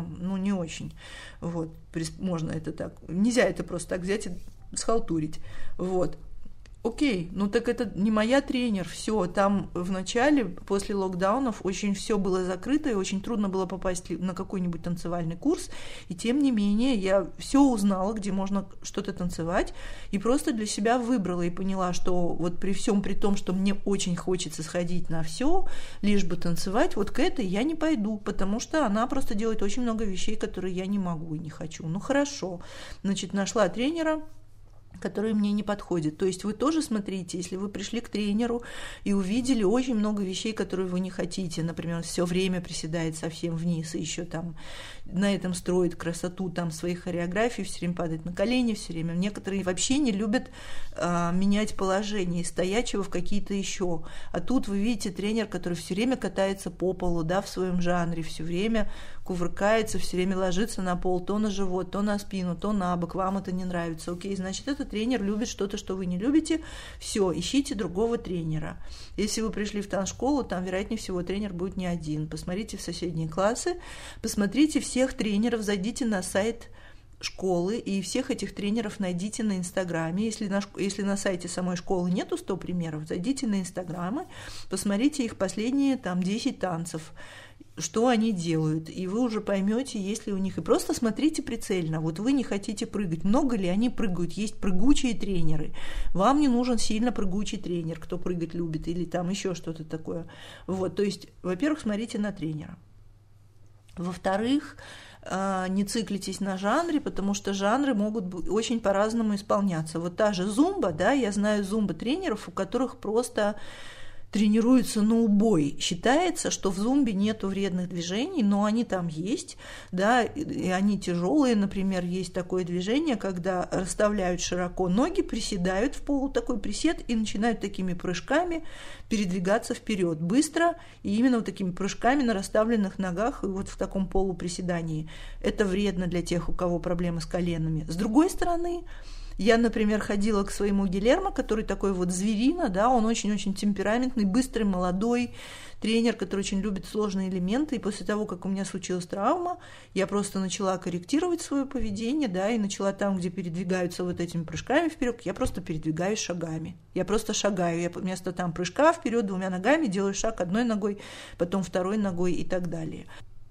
A: не очень. Вот, можно это так, нельзя это просто так взять и схалтурить. Вот. Окей, так это не моя тренер, все, там в начале, после локдаунов, очень все было закрыто, и очень трудно было попасть на какой-нибудь танцевальный курс, и тем не менее я все узнала, где можно что-то танцевать, и просто для себя выбрала и поняла, что вот при всем при том, что мне очень хочется сходить на все, лишь бы танцевать, вот к этой я не пойду, потому что она просто делает очень много вещей, которые я не могу и не хочу. Хорошо, значит, нашла тренера, которые мне не подходят. То есть вы тоже смотрите, если вы пришли к тренеру и увидели очень много вещей, которые вы не хотите, например, все время приседает совсем вниз и еще там на этом строит красоту там своих хореографий, все время падает на колени, все время. Некоторые вообще не любят менять положение из стоячего в какие-то еще. А тут вы видите тренер, который все время катается по полу, в своем жанре, все время кувыркается, все время ложится на пол, то на живот, то на спину, то на бок. Вам это не нравится. Окей, значит, этот тренер любит что-то, что вы не любите. Все, ищите другого тренера. Если вы пришли в танцшколу, там, вероятнее всего, тренер будет не один. Посмотрите в соседние классы, посмотрите всех тренеров, зайдите на сайт школы и всех этих тренеров найдите на Инстаграме. Если на сайте самой школы нету 100 примеров, зайдите на Инстаграмы, посмотрите их последние 10 танцев, что они делают, и вы уже поймете, есть ли у них. И просто смотрите прицельно. Вот вы не хотите прыгать. Много ли они прыгают? Есть прыгучие тренеры. Вам не нужен сильно прыгучий тренер, кто прыгать любит, или там еще что-то такое. Вот, то есть, во-первых, смотрите на тренера. Во-вторых, не циклитесь на жанре, потому что жанры могут очень по-разному исполняться. Вот та же зумба, я знаю зумба-тренеров, у которых просто тренируются на убой. Считается, что в зумбе нету вредных движений, но они там есть, и они тяжелые. Например, есть такое движение, когда расставляют широко ноги, приседают в полу, такой присед, и начинают такими прыжками передвигаться вперед быстро, и именно вот такими прыжками на расставленных ногах и вот в таком полуприседании. Это вредно для тех, у кого проблемы с коленами. С другой стороны, я, например, ходила к своему Гильермо, который такой вот зверина, он очень-очень темпераментный, быстрый, молодой тренер, который очень любит сложные элементы. И после того, как у меня случилась травма, я просто начала корректировать свое поведение, и начала там, где передвигаются вот этими прыжками вперед, я просто передвигаюсь шагами. Я просто шагаю. Я вместо там прыжка вперед 2 ногами делаю шаг одной ногой, потом второй ногой и так далее.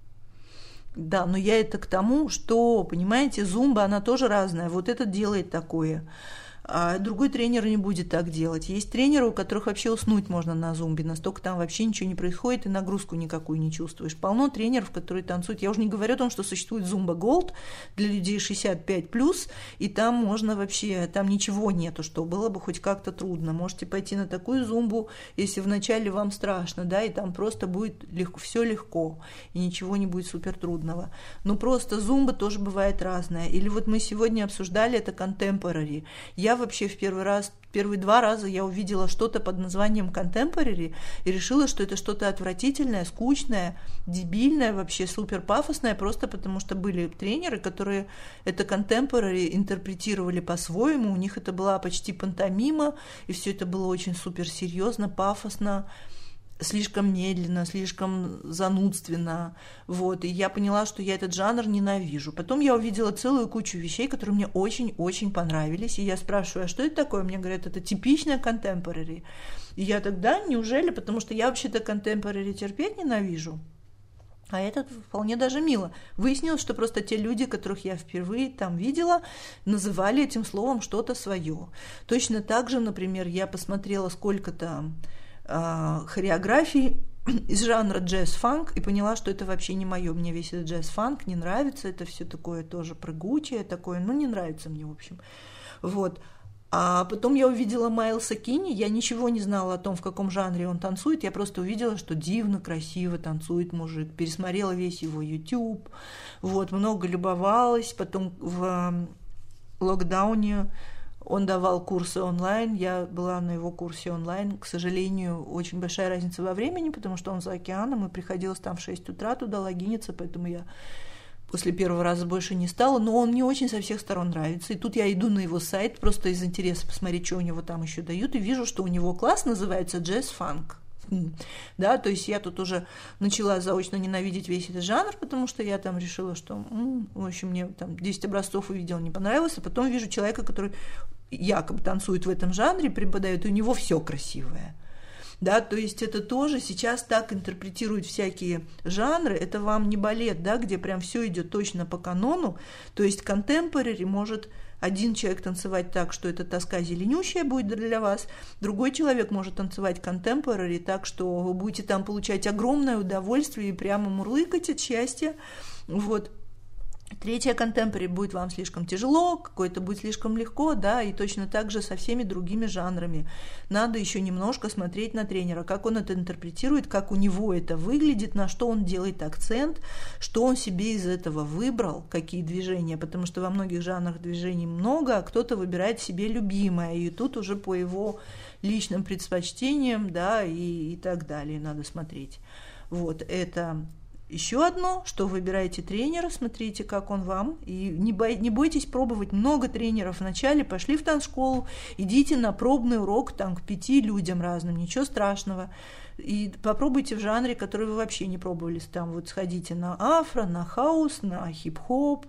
A: Да, но я это к тому, что, понимаете, зумба, она тоже разная. Вот этот делает такое, а другой тренер не будет так делать. Есть тренеры, у которых вообще уснуть можно на зумбе, настолько там вообще ничего не происходит и нагрузку никакую не чувствуешь. Полно тренеров, которые танцуют. Я уже не говорю о том, что существует зумба Голд для людей 65+, и там можно вообще, там ничего нету, что было бы хоть как-то трудно. Можете пойти на такую зумбу, если вначале вам страшно, и там просто будет все легко, и ничего не будет супер трудного. Но просто зумба тоже бывает разная. Или вот мы сегодня обсуждали это contemporary. Я вообще первые 2 раза я увидела что-то под названием contemporary и решила, что это что-то отвратительное, скучное, дебильное, вообще супер пафосное, просто потому что были тренеры, которые это contemporary интерпретировали по-своему, у них это была почти пантомима, и все это было очень супер серьезно, пафосно, слишком медленно, слишком занудственно, и я поняла, что я этот жанр ненавижу. Потом я увидела целую кучу вещей, которые мне очень-очень понравились, и я спрашиваю, а что это такое? Мне говорят, это типичное contemporary. И я тогда, неужели? Потому что я вообще-то contemporary терпеть ненавижу. А это вполне даже мило. Выяснилось, что просто те люди, которых я впервые там видела, называли этим словом что-то свое. Точно так же, например, я посмотрела сколько-то хореографий из жанра джаз-фанк и поняла, что это вообще не мое. Мне весь этот джаз-фанк не нравится, это все такое тоже прыгучее, такое, не нравится мне, в общем. Вот. А потом я увидела Майлса Кинни, я ничего не знала о том, в каком жанре он танцует, я просто увидела, что дивно, красиво танцует мужик, пересмотрела весь его YouTube, вот, много любовалась, потом в локдауне он давал курсы онлайн, я была на его курсе онлайн, к сожалению, очень большая разница во времени, потому что он за океаном, и приходилось там в 6 утра туда логиниться, поэтому я после первого раза больше не стала, но он мне очень со всех сторон нравится. И тут я иду на его сайт просто из интереса посмотреть, что у него там еще дают, и вижу, что у него класс называется джаз-фанк. Да, то есть я тут уже начала заочно ненавидеть весь этот жанр, потому что я там решила, что, в общем, мне там 10 образцов увидела, не понравилось, а потом вижу человека, который якобы танцует в этом жанре, преподает, и у него все красивое. Да, то есть это тоже сейчас так интерпретируют всякие жанры, это вам не балет, да, где прям все идет точно по канону, то есть contemporary может один человек танцевать так, что это тоска зеленющая будет для вас, другой человек может танцевать contemporary так, что вы будете там получать огромное удовольствие и прямо мурлыкать от счастья, вот. Третье контемпори будет вам слишком тяжело, какое-то будет слишком легко, да, и точно так же со всеми другими жанрами. Надо еще немножко смотреть на тренера, как он это интерпретирует, как у него это выглядит, на что он делает акцент, что он себе из этого выбрал, какие движения, потому что во многих жанрах движений много, а кто-то выбирает себе любимое, и тут уже по его личным предпочтениям, да, и так далее надо смотреть. Вот, это... Еще одно, что выбираете тренера, смотрите, как он вам, и не бойтесь пробовать. Много тренеров вначале, пошли в танцшколу, идите на пробный урок там, к 5 людям разным, ничего страшного. И попробуйте в жанре, который вы вообще не пробовали. Там вот сходите на афро, на хаус, на хип-хоп,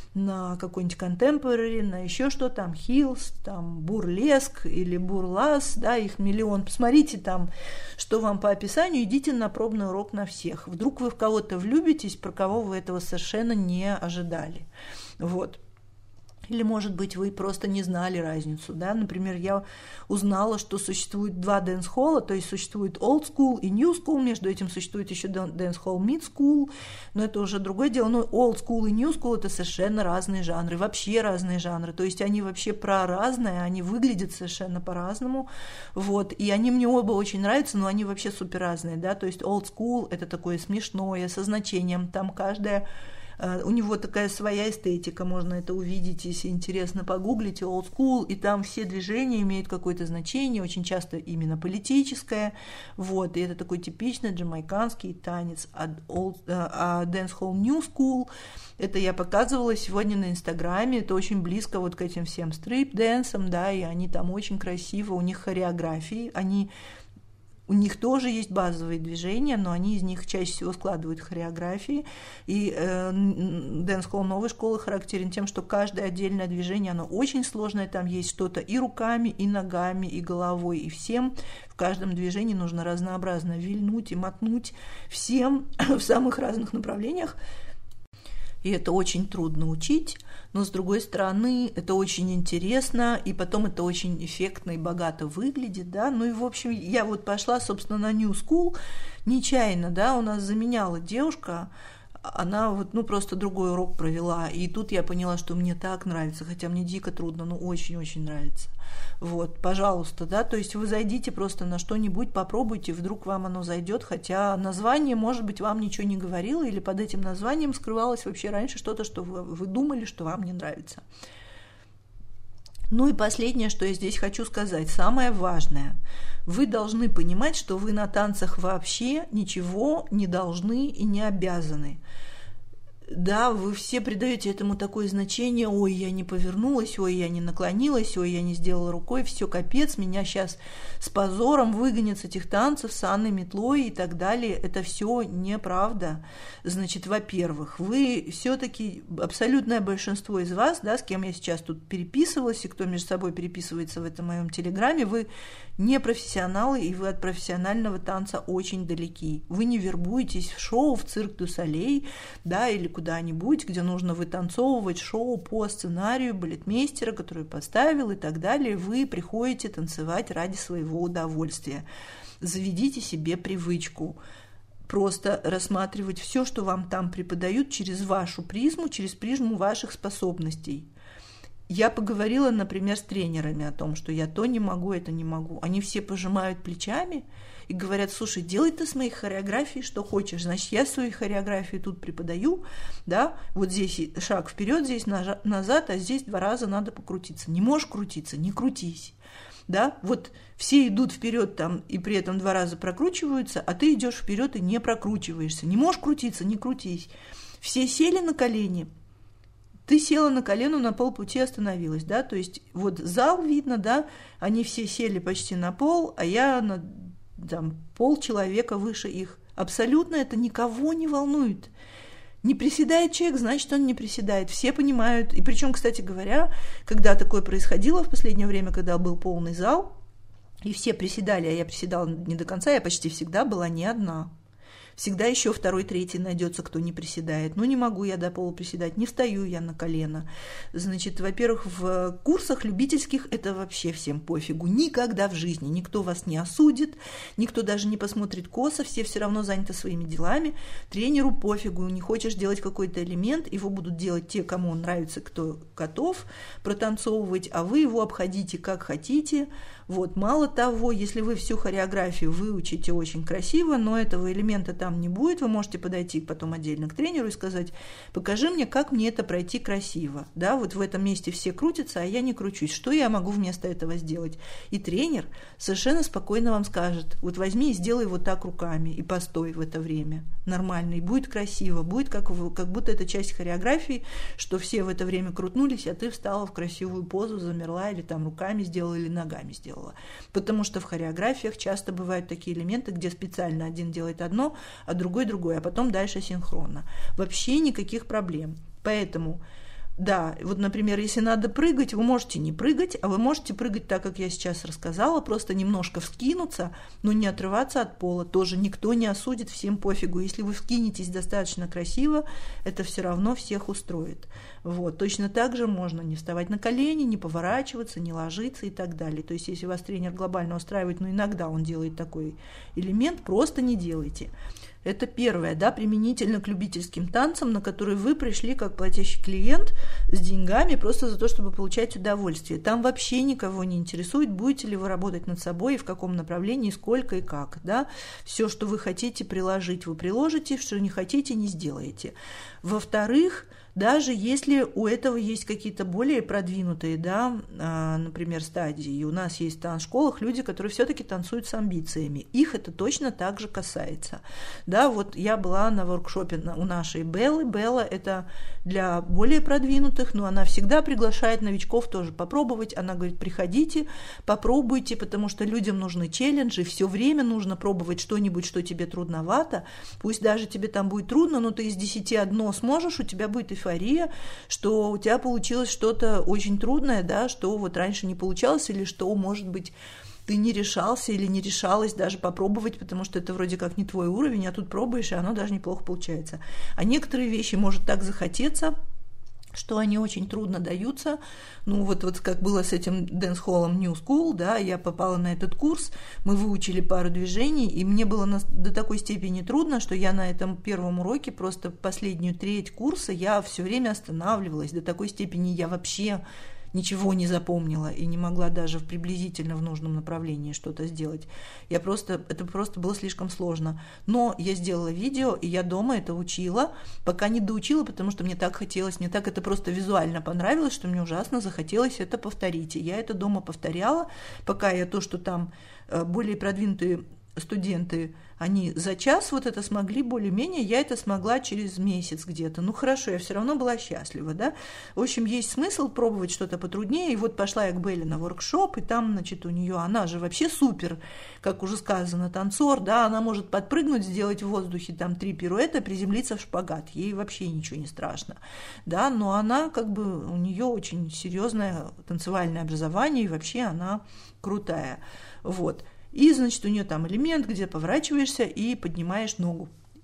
A: на какой-нибудь contemporary, на еще что там, хиллс, там бурлеск или бурлас, да, их миллион. Посмотрите там, что вам по описанию, идите на пробный урок на всех. Вдруг вы в кого-то влюбитесь, про кого вы этого совершенно не ожидали. Вот. Или, может быть, вы просто не знали разницу, да, например, я узнала, что существует два дэнс-холла, то есть существует old school и new school, между этим существует еще дэнс-холл mid-school, но это уже другое дело, но old school и new school – это совершенно разные жанры, вообще разные жанры, то есть они вообще про разное, они выглядят совершенно по-разному, вот, и они мне оба очень нравятся, но они вообще супер разные, да, то есть old school – это такое смешное, со значением, там каждая... У него такая своя эстетика, можно это увидеть, если интересно, погуглите old school, и там все движения имеют какое-то значение, очень часто именно политическое, вот, и это такой типичный джамайканский танец, а dancehall new school, это я показывала сегодня на Инстаграме, это очень близко вот к этим всем стрип-дэнсам, да, и они там очень красиво, у них хореографии, у них тоже есть базовые движения, но они из них чаще всего складывают хореографии. И дэнс-холл новой школы характерен тем, что каждое отдельное движение, оно очень сложное, там есть что-то и руками, и ногами, и головой, и всем. В каждом движении нужно разнообразно вильнуть и мотнуть всем в самых разных направлениях. И это очень трудно учить, но, с другой стороны, это очень интересно, и потом это очень эффектно и богато выглядит, да, ну и, в общем, я вот пошла, собственно, на New School нечаянно, да, у нас заменяла девушка, она вот, просто другой урок провела, и тут я поняла, что мне так нравится, хотя мне дико трудно, но очень-очень нравится. Вот, пожалуйста, да, то есть вы зайдите просто на что-нибудь, попробуйте, вдруг вам оно зайдет, хотя название, может быть, вам ничего не говорило, или под этим названием скрывалось вообще раньше что-то, что вы думали, что вам не нравится. Ну и последнее, что я здесь хочу сказать, самое важное. Вы должны понимать, что вы на танцах вообще ничего не должны и не обязаны. Да, вы все придаете этому такое значение, ой, я не повернулась, ой, я не наклонилась, ой, я не сделала рукой, все капец, меня сейчас с позором выгонят с этих танцев, с Анной Метлой и так далее. Это все неправда. Значит, во-первых, вы все-таки, абсолютное большинство из вас, да, с кем я сейчас тут переписывалась, и кто между собой переписывается в этом моем телеграме, вы не профессионалы, и вы от профессионального танца очень далеки. Вы не вербуетесь в шоу, в цирк дю Солей, да, или куда-нибудь, где нужно вытанцовывать шоу по сценарию балетмейстера, который поставил и так далее. Вы приходите танцевать ради своего удовольствия. Заведите себе привычку. просто рассматривать все, что вам там преподают, через вашу призму, через призму ваших способностей. Я поговорила, например, с тренерами о том, что я то не могу, это не могу. Они все пожимают плечами и говорят: слушай, делай ты с моей хореографией что хочешь. Значит, я свою хореографию тут преподаю, да, вот здесь шаг вперед, здесь назад, а здесь 2 раза надо покрутиться. Не можешь крутиться, не крутись. Да, вот все идут вперед там и при этом 2 раза прокручиваются, а ты идешь вперед и не прокручиваешься. Не можешь крутиться, не крутись. Все сели на колени. Ты села на колено, на полпути остановилась, да, то есть вот зал видно, да, они все сели почти на пол, а я на там, полчеловека выше их. Абсолютно это никого не волнует. Не приседает человек, значит, он не приседает. Все понимают. И причем, кстати говоря, когда такое происходило в последнее время, когда был полный зал, и все приседали, а я приседала не до конца, я почти всегда была не одна. Всегда еще 2-й, 3-й найдется, кто не приседает. Ну, не могу я до пола приседать, не встаю я на колено. Значит, во-первых, в курсах любительских это вообще всем пофигу. Никогда в жизни никто вас не осудит, никто даже не посмотрит косо, все равно заняты своими делами. Тренеру пофигу, не хочешь делать какой-то элемент, его будут делать те, кому он нравится, кто готов протанцовывать, а вы его обходите как хотите. Вот. Мало того, если вы всю хореографию выучите очень красиво, но этого элемента там не будет, вы можете подойти потом отдельно к тренеру и сказать: покажи мне, как мне это пройти красиво. Да, вот в этом месте все крутятся, а я не кручусь. Что я могу вместо этого сделать? И тренер совершенно спокойно вам скажет: вот возьми и сделай вот так руками, и постой в это время. Нормально, и будет красиво, будет как будто это часть хореографии, что все в это время крутнулись, а ты встала в красивую позу, замерла, или там руками сделала, или ногами сделала. Потому что в хореографиях часто бывают такие элементы, где специально один делает одно, а другой другое, а потом дальше синхронно. Вообще никаких проблем. Поэтому, да, вот, например, если надо прыгать, вы можете не прыгать, а вы можете прыгать так, как я сейчас рассказала, просто немножко вскинуться, но не отрываться от пола. Тоже никто не осудит, всем пофигу. Если вы вскинетесь достаточно красиво, это все равно всех устроит. Вот. Точно так же можно не вставать на колени, не поворачиваться, не ложиться и так далее. То есть, если вас тренер глобально устраивает, но иногда он делает такой элемент, просто не делайте. Это первое, да, применительно к любительским танцам, на которые вы пришли как платящий клиент с деньгами просто за то, чтобы получать удовольствие. Там вообще никого не интересует, будете ли вы работать над собой, и в каком направлении, сколько и как. Да? Все, что вы хотите приложить, вы приложите, что не хотите, не сделаете. Во-вторых, даже если у этого есть какие-то более продвинутые, да, например, стадии, и у нас есть в танцшколах люди, которые все-таки танцуют с амбициями, их это точно так же касается. Да, вот я была на воркшопе у нашей Беллы. Белла – это для более продвинутых, но она всегда приглашает новичков тоже попробовать. Она говорит: приходите, попробуйте, потому что людям нужны челленджи, все время нужно пробовать что-нибудь, что тебе трудновато. Пусть даже тебе там будет трудно, но ты из 10 одно сможешь, у тебя будет эйфория, что у тебя получилось что-то очень трудное, да, что вот раньше не получалось, или что, может быть, ты не решался или не решалась даже попробовать, потому что это вроде как не твой уровень, а тут пробуешь, и оно даже неплохо получается. А некоторые вещи может так захотеться, что они очень трудно даются. Ну, вот как было с этим дэнс-холлом New School, да, я попала на этот курс, мы выучили пару движений, и мне было до такой степени трудно, что я на этом первом уроке просто последнюю треть курса я все время останавливалась, до такой степени я вообще ничего не запомнила и не могла даже приблизительно в нужном направлении что-то сделать. Это просто было слишком сложно. Но я сделала видео, и я дома это учила, пока не доучила, потому что мне так хотелось, мне так это просто визуально понравилось, что мне ужасно захотелось это повторить. И я это дома повторяла, пока я то, что там более продвинутые студенты, они за час вот это смогли более-менее, я это смогла через месяц где-то. Ну хорошо, я все равно была счастлива, да. В общем, есть смысл пробовать что-то потруднее. И вот пошла я к Белле на воркшоп, и там, значит, у нее, она же вообще супер, как уже сказано, танцор, да, она может подпрыгнуть, сделать в воздухе там 3 пируэта, приземлиться в шпагат. Ей вообще ничего не страшно, да, но она как бы, у нее очень серьезное танцевальное образование, и вообще она крутая, вот. И, значит, у нее там элемент, где поворачиваешься и поднимаешь ногу.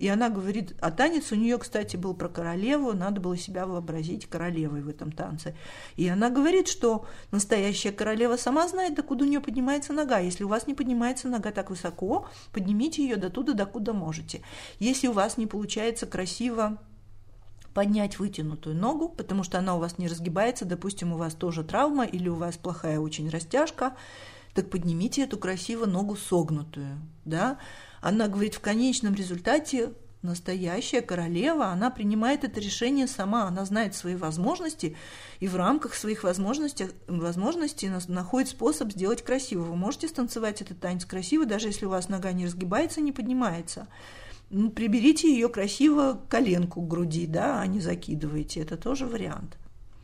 A: И она говорит, а танец у нее, кстати, был про королеву, надо было себя вообразить королевой в этом танце. И она говорит, что настоящая королева сама знает, докуда у нее поднимается нога. Если у вас не поднимается нога так высоко, поднимите ее до туда, докуда можете. Если у вас не получается красиво поднять вытянутую ногу, потому что она у вас не разгибается, допустим, у вас тоже травма или у вас плохая очень растяжка, так поднимите эту красиво ногу согнутую, да. Она говорит, в конечном результате настоящая королева, она принимает это решение сама, она знает свои возможности и в рамках своих возможностей находит способ сделать красиво. Вы можете станцевать этот танец красиво, даже если у вас нога не разгибается, не поднимается. Приберите ее красиво коленку к груди, да, а не закидывайте, это тоже вариант.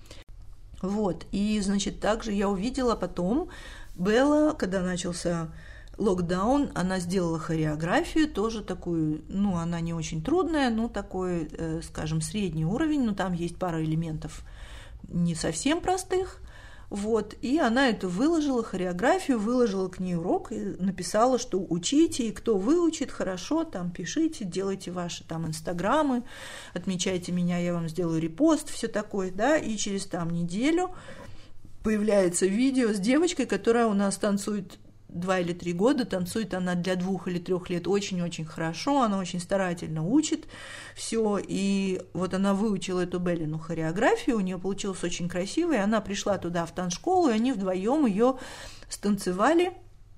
A: Вот, и, значит, также я увидела потом, Белла, когда начался локдаун, она сделала хореографию, тоже такую, она не очень трудная, такой, скажем, средний уровень, там есть пара элементов не совсем простых, вот, и она эту выложила, хореографию, выложила к ней урок и написала, что учите, и кто выучит, хорошо, там пишите, делайте ваши там инстаграмы, отмечайте меня, я вам сделаю репост, все такое, да, и через там неделю появляется видео с девочкой, которая у нас танцует 2 или 3 года, танцует она для 2 или 3 лет очень-очень хорошо, она очень старательно учит все, и вот она выучила эту Беллину хореографию, у нее получилось очень красиво, и она пришла туда в танцшколу, и они вдвоем ее станцевали,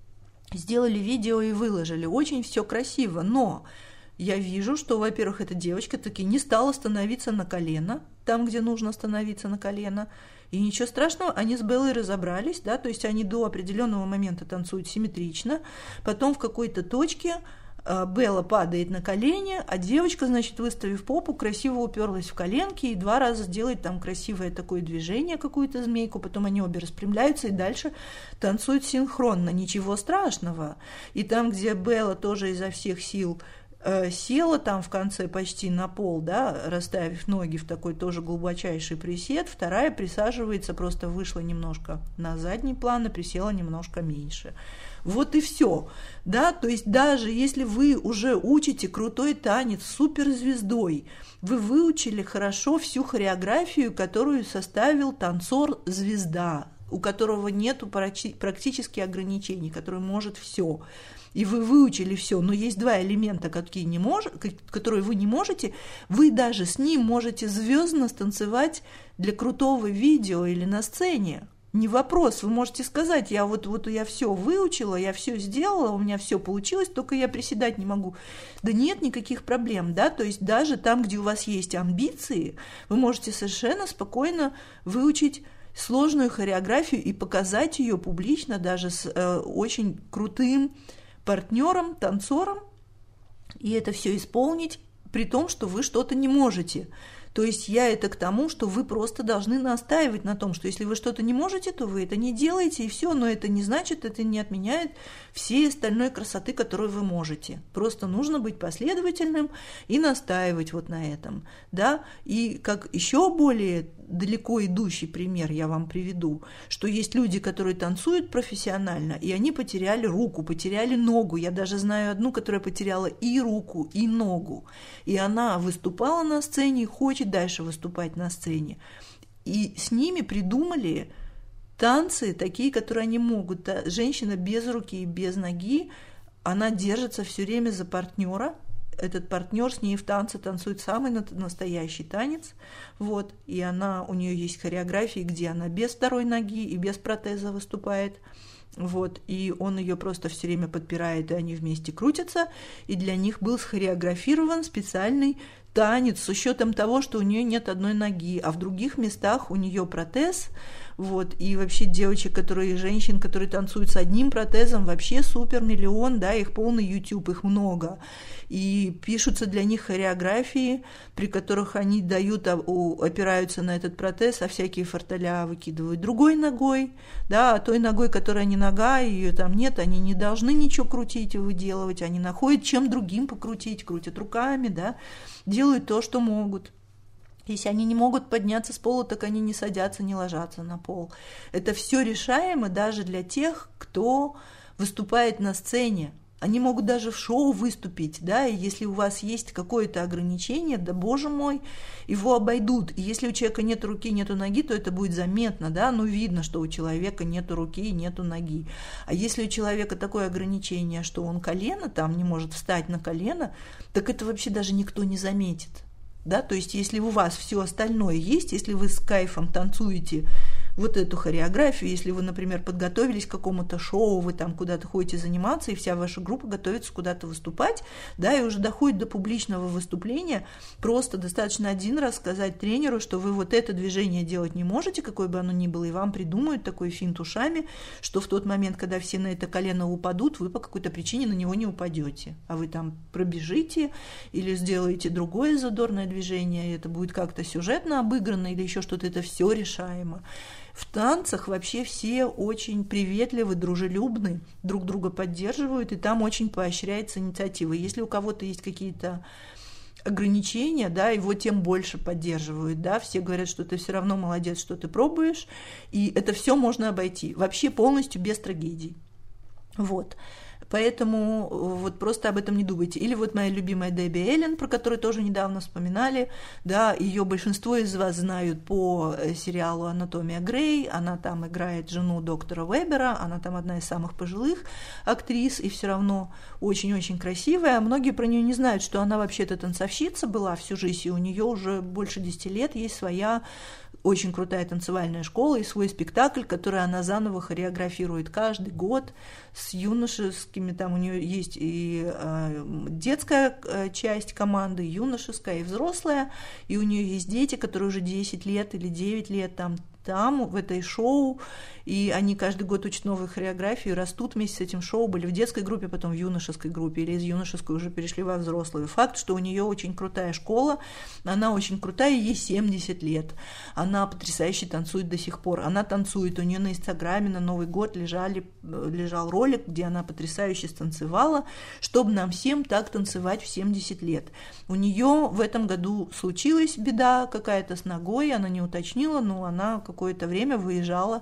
A: сделали видео и выложили, очень все красиво, но я вижу, что, во-первых, эта девочка таки не стала становиться на колено, там, где нужно становиться на колено, и ничего страшного, они с Беллой разобрались, да, то есть они до определенного момента танцуют симметрично, потом в какой-то точке Белла падает на колени, а девочка, значит, выставив попу, красиво уперлась в коленки и 2 раза сделает там красивое такое движение, какую-то змейку, потом они обе распрямляются и дальше танцуют синхронно, ничего страшного. И там, где Белла тоже изо всех сил села там в конце почти на пол, да, расставив ноги в такой тоже глубочайший присед, вторая присаживается, просто вышла немножко на задний план и присела немножко меньше. Вот и все, да, то есть даже если вы уже учите крутой танец с суперзвездой, вы выучили хорошо всю хореографию, которую составил танцор-звезда, у которого нету практически ограничений, который может все. И вы выучили все, но есть 2 элемента, которые вы не можете, вы даже с ним можете звездно станцевать для крутого видео или на сцене. Не вопрос, вы можете сказать, я я все выучила, я все сделала, у меня все получилось, только я приседать не могу. Да нет никаких проблем, да, то есть даже там, где у вас есть амбиции, вы можете совершенно спокойно выучить сложную хореографию и показать ее публично даже с очень крутым партнером, танцором, и это все исполнить, при том, что вы что-то не можете. То есть я это к тому, что вы просто должны настаивать на том, что если вы что-то не можете, то вы это не делаете, и все, но это не значит, это не отменяет всей остальной красоты, которую вы можете. Просто нужно быть последовательным и настаивать вот на этом, да, и как еще более далеко идущий пример я вам приведу, что есть люди, которые танцуют профессионально, и они потеряли руку, потеряли ногу. Я даже знаю одну, которая потеряла и руку, и ногу. И она выступала на сцене и хочет дальше выступать на сцене. И с ними придумали танцы такие, которые они могут. Женщина без руки и без ноги, она держится все время за партнера. Этот партнер с ней в танце танцует самый настоящий танец, вот, и у нее есть хореографии, где она без второй ноги и без протеза выступает, вот, и он ее просто все время подпирает, и они вместе крутятся, и для них был схореографирован специальный танец с учетом того, что у нее нет одной ноги, а в других местах у нее протез, вот, и вообще женщин, которые танцуют с одним протезом, вообще супер миллион, да, их полный YouTube, их много, и пишутся для них хореографии, при которых они опираются на этот протез, а всякие фортеля выкидывают другой ногой, да, а той ногой, которая не нога, ее там нет, они не должны ничего крутить и выделывать, они находят чем другим покрутить, крутят руками, да, делают то, что могут. Если они не могут подняться с пола, так они не садятся, не ложатся на пол. Это все решаемо даже для тех, кто выступает на сцене. Они могут даже в шоу выступить, да, и если у вас есть какое-то ограничение, да, боже мой, его обойдут. И если у человека нет руки, нету ноги, то это будет заметно, да, ну, видно, что у человека нету руки и нету ноги. А если у человека такое ограничение, что он колено там не может встать на колено, так это вообще даже никто не заметит, да, то есть если у вас все остальное есть, если вы с кайфом танцуете вот эту хореографию, если вы, например, подготовились к какому-то шоу, вы там куда-то ходите заниматься, и вся ваша группа готовится куда-то выступать, да, и уже доходит до публичного выступления, просто достаточно один раз сказать тренеру, что вы вот это движение делать не можете, какое бы оно ни было, и вам придумают такой финт ушами, что в тот момент, когда все на это колено упадут, вы по какой-то причине на него не упадете, а вы там пробежите или сделаете другое задорное движение, и это будет как-то сюжетно обыграно или еще что-то, это все решаемо. В танцах вообще все очень приветливы, дружелюбны, друг друга поддерживают, и там очень поощряется инициатива. Если у кого-то есть какие-то ограничения, да, его тем больше поддерживают, да, все говорят, что ты все равно молодец, что ты пробуешь, и это все можно обойти, вообще полностью без трагедий. Вот. Поэтому вот просто об этом не думайте. Или вот моя любимая Дебби Эллен, про которую тоже недавно вспоминали, да, ее большинство из вас знают по сериалу «Анатомия Грей», она там играет жену доктора Вебера, она там одна из самых пожилых актрис и все равно очень-очень красивая, а многие про нее не знают, что она вообще-то танцовщица была всю жизнь, и у нее уже больше 10 лет есть своя очень крутая танцевальная школа и свой спектакль, который она заново хореографирует каждый год с юношескими, там у нее есть и детская часть команды, и юношеская, и взрослая, и у нее есть дети, которые уже 10 лет или 9 лет там в этой шоу, и они каждый год учат новую хореографию, растут вместе с этим шоу, были в детской группе, потом в юношеской группе, или из юношеской уже перешли во взрослую. Факт, что у нее очень крутая школа, она очень крутая, ей 70 лет, она потрясающе танцует до сих пор, она танцует, у нее на Инстаграме на Новый год лежал ролик, где она потрясающе станцевала, чтобы нам всем так танцевать в 70 лет. У нее в этом году случилась беда какая-то с ногой, она не уточнила, но она какое-то время выезжала,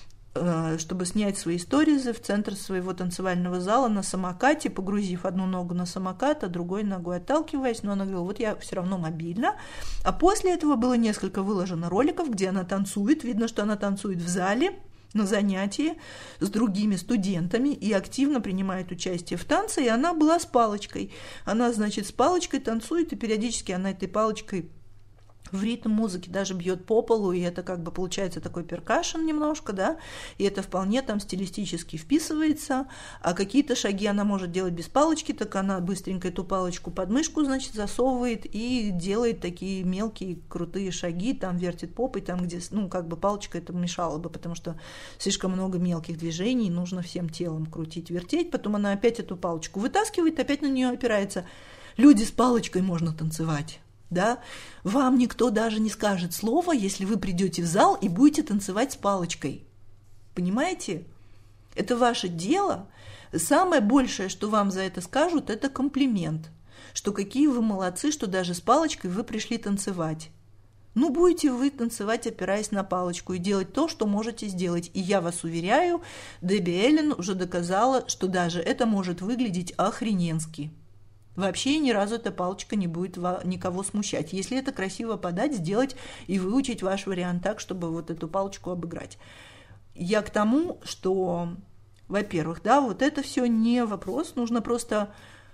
A: чтобы снять свои сторизы в центр своего танцевального зала на самокате, погрузив одну ногу на самокат, а другой ногой отталкиваясь. Но она говорила, вот я все равно мобильна. А после этого было несколько выложено роликов, где она танцует. Видно, что она танцует в зале на занятии с другими студентами и активно принимает участие в танце. И она была с палочкой. Она, значит, с палочкой танцует, и периодически она этой палочкой в ритм музыки даже бьет по полу, и это как бы получается такой перкашн немножко, да, и это вполне там стилистически вписывается, а какие-то шаги она может делать без палочки, так она быстренько эту палочку под мышку, значит, засовывает и делает такие мелкие крутые шаги, там вертит попой, там где, ну, как бы палочка это мешала бы, потому что слишком много мелких движений, нужно всем телом крутить, вертеть, потом она опять эту палочку вытаскивает, опять на нее опирается. Люди с палочкой можно танцевать. Да? Вам никто даже не скажет слова, если вы придете в зал и будете танцевать с палочкой. Понимаете? Это ваше дело. Самое большее, что вам за это скажут, это комплимент. Что какие вы молодцы, что даже с палочкой вы пришли танцевать. Ну, будете вы танцевать, опираясь на палочку, и делать то, что можете сделать. И я вас уверяю, Дебби Эллен уже доказала, что даже это может выглядеть охрененски. Вообще ни разу эта палочка не будет никого смущать. Если это красиво подать, сделать и выучить ваш вариант так, чтобы вот эту палочку обыграть. Я к тому, что, во-первых, да, вот это все не вопрос, нужно просто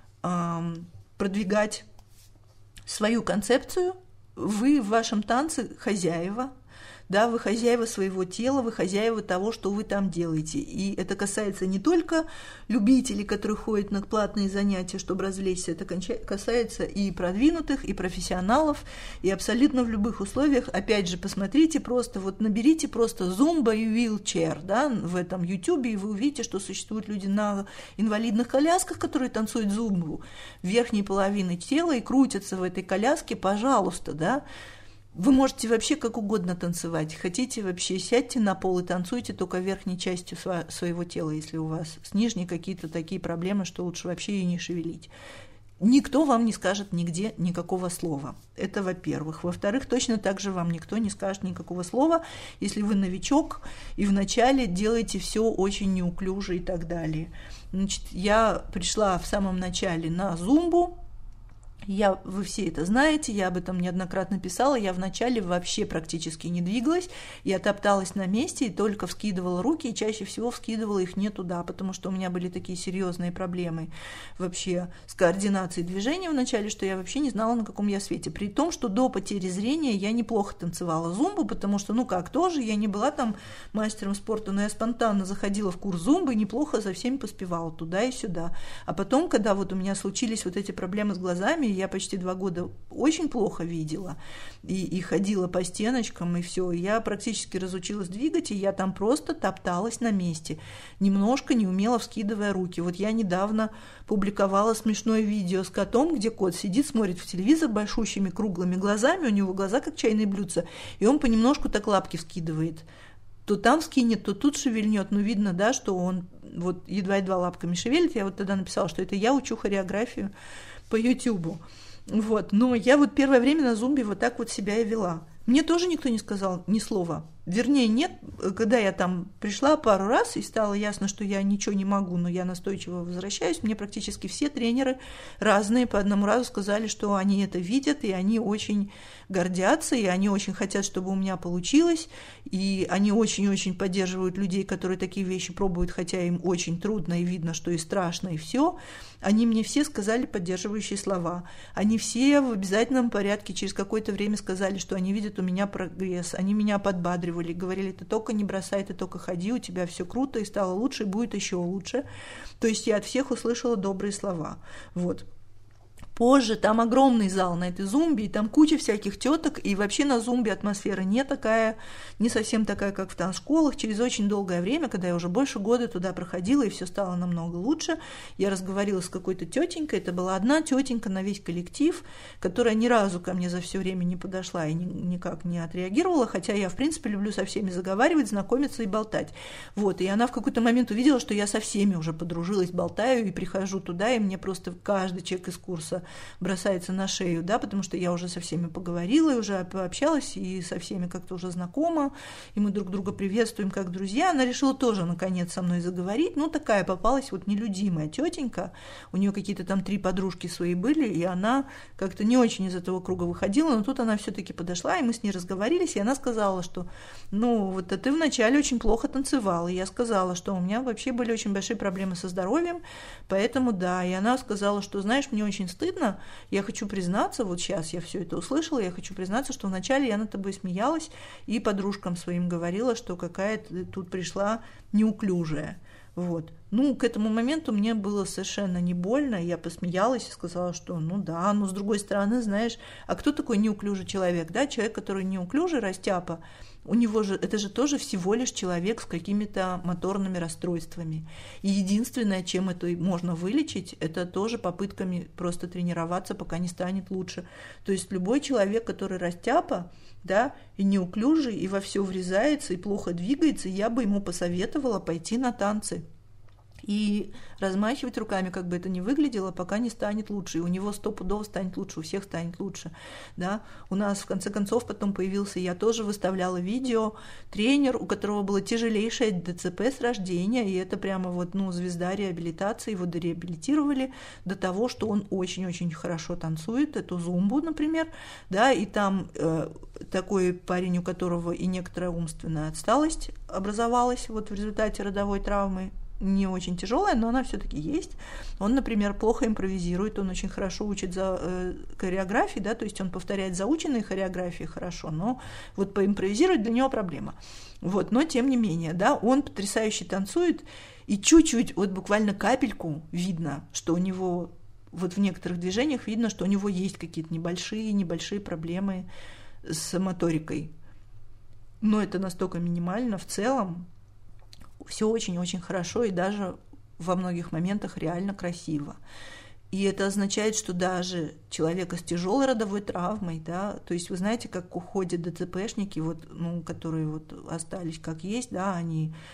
A: продвигать свою концепцию. Вы в вашем танце хозяева, да, вы хозяева своего тела, вы хозяева того, что вы там делаете. И это касается не только любителей, которые ходят на платные занятия, чтобы развлечься, это касается и продвинутых, и профессионалов, и абсолютно в любых условиях. Опять же, посмотрите, просто вот наберите просто Zumba и Wheelchair, да, в этом YouTube, и вы увидите, что существуют люди на инвалидных колясках, которые танцуют зумбу верхней половины тела и крутятся в этой коляске, пожалуйста, да. Вы можете вообще как угодно танцевать. Хотите вообще, сядьте на пол и танцуйте только верхней частью своего тела, если у вас с нижней какие-то такие проблемы, что лучше вообще ее не шевелить. никто вам не скажет нигде никакого слова. Это во-первых. Во-вторых, точно так же вам никто не скажет никакого слова, если вы новичок и вначале делаете все очень неуклюже и так далее. Значит, я пришла в самом начале на зумбу. Вы все это знаете, я об этом неоднократно писала, я вначале вообще практически не двигалась, я топталась на месте и только вскидывала руки, и чаще всего вскидывала их не туда, потому что у меня были такие серьезные проблемы вообще с координацией движения вначале, что я вообще не знала, на каком я свете. При том, что до потери зрения я неплохо танцевала зумбу, потому что, тоже я не была там мастером спорта, но я спонтанно заходила в курс зумбы и неплохо за всеми поспевала туда и сюда. А потом, когда вот у меня случились вот эти проблемы с глазами, я почти 2 года очень плохо видела и ходила по стеночкам, и все. Я практически разучилась двигать, и я там просто топталась на месте, немножко неумело вскидывая руки. Вот я недавно публиковала смешное видео с котом, где кот сидит, смотрит в телевизор большущими круглыми глазами, у него глаза как чайные блюдца, и он понемножку так лапки вскидывает. То там скинет, то тут шевельнет. Но видно, да, что он вот едва-едва лапками шевелит. Я вот тогда написала, что это я учу хореографию по Ютубу. Вот. Но я вот первое время на зумбе вот так вот себя и вела. Мне тоже никто не сказал ни слова. Вернее, нет, когда я там пришла пару раз, и стало ясно, что я ничего не могу, но я настойчиво возвращаюсь, мне практически все тренеры разные по одному разу сказали, что они это видят, и они очень гордятся, и они очень хотят, чтобы у меня получилось, и они очень-очень поддерживают людей, которые такие вещи пробуют, хотя им очень трудно, и видно, что и страшно, и все. Они мне все сказали поддерживающие слова. Они все в обязательном порядке через какое-то время сказали, что они видят у меня прогресс, они меня подбадривали, говорили, ты только не бросай, ты только ходи, у тебя все круто, и стало лучше, и будет еще лучше. То есть я от всех услышала добрые слова. Вот. Позже там огромный зал на этой зумбе, и там куча всяких теток, и вообще на зумбе атмосфера не совсем такая, как в танцшколах. Через очень долгое время, когда я уже больше года туда проходила, и все стало намного лучше, я разговаривала с какой-то тетенькой, это была одна тетенька на весь коллектив, которая ни разу ко мне за все время не подошла и никак не отреагировала, хотя я, в принципе, люблю со всеми заговаривать, знакомиться и болтать. Вот, и она в какой-то момент увидела, что я со всеми уже подружилась, болтаю, и прихожу туда, и мне просто каждый человек из курса бросается на шею, да, потому что я уже со всеми поговорила, и уже пообщалась, и со всеми как-то уже знакома, и мы друг друга приветствуем как друзья. Она решила тоже, наконец, со мной заговорить. Такая попалась вот нелюдимая тетенька, у нее какие-то там 3 подружки свои были, и она как-то не очень из этого круга выходила, но тут она все-таки подошла, и мы с ней разговорились, и она сказала, что, а ты вначале очень плохо танцевала, и я сказала, что у меня вообще были очень большие проблемы со здоровьем, поэтому да, и она сказала, что, знаешь, мне очень стыдно, я хочу признаться, вот сейчас я все это услышала, я хочу признаться, что вначале я над тобой смеялась и подружкам своим говорила, что какая ты тут пришла неуклюжая. Вот. К этому моменту мне было совершенно не больно, я посмеялась и сказала, что да, но с другой стороны, знаешь, а кто такой неуклюжий человек, да, человек, который неуклюжий, растяпа, у него же, это же тоже всего лишь человек с какими-то моторными расстройствами. И единственное, чем это можно вылечить, это тоже попытками просто тренироваться, пока не станет лучше. То есть любой человек, который растяпа, да, и неуклюжий, и во все врезается, и плохо двигается, я бы ему посоветовала пойти на танцы. И размахивать руками, как бы это ни выглядело, пока не станет лучше. И у него стопудово станет лучше, у всех станет лучше. Да? У нас, в конце концов, потом появился, я тоже выставляла видео, тренер, у которого было тяжелейшее ДЦП с рождения, и это прямо звезда реабилитации, его дореабилитировали до того, что он очень-очень хорошо танцует, эту зумбу, например, да, и там такой парень, у которого и некоторая умственная отсталость образовалась вот в результате родовой травмы, не очень тяжелая, но она все-таки есть. Он, например, плохо импровизирует, он очень хорошо учит за хореографии, да, то есть он повторяет заученные хореографии хорошо, но вот поимпровизировать для него проблема. Вот, но тем не менее, да, он потрясающе танцует, и чуть-чуть, вот буквально капельку видно, что у него, вот в некоторых движениях видно, что у него есть какие-то небольшие проблемы с моторикой. Но это настолько минимально в целом, все очень-очень хорошо и даже во многих моментах реально красиво. И это означает, что даже человека с тяжелой родовой травмой, да, то есть вы знаете, как уходят ДЦПшники, которые остались как есть, да, они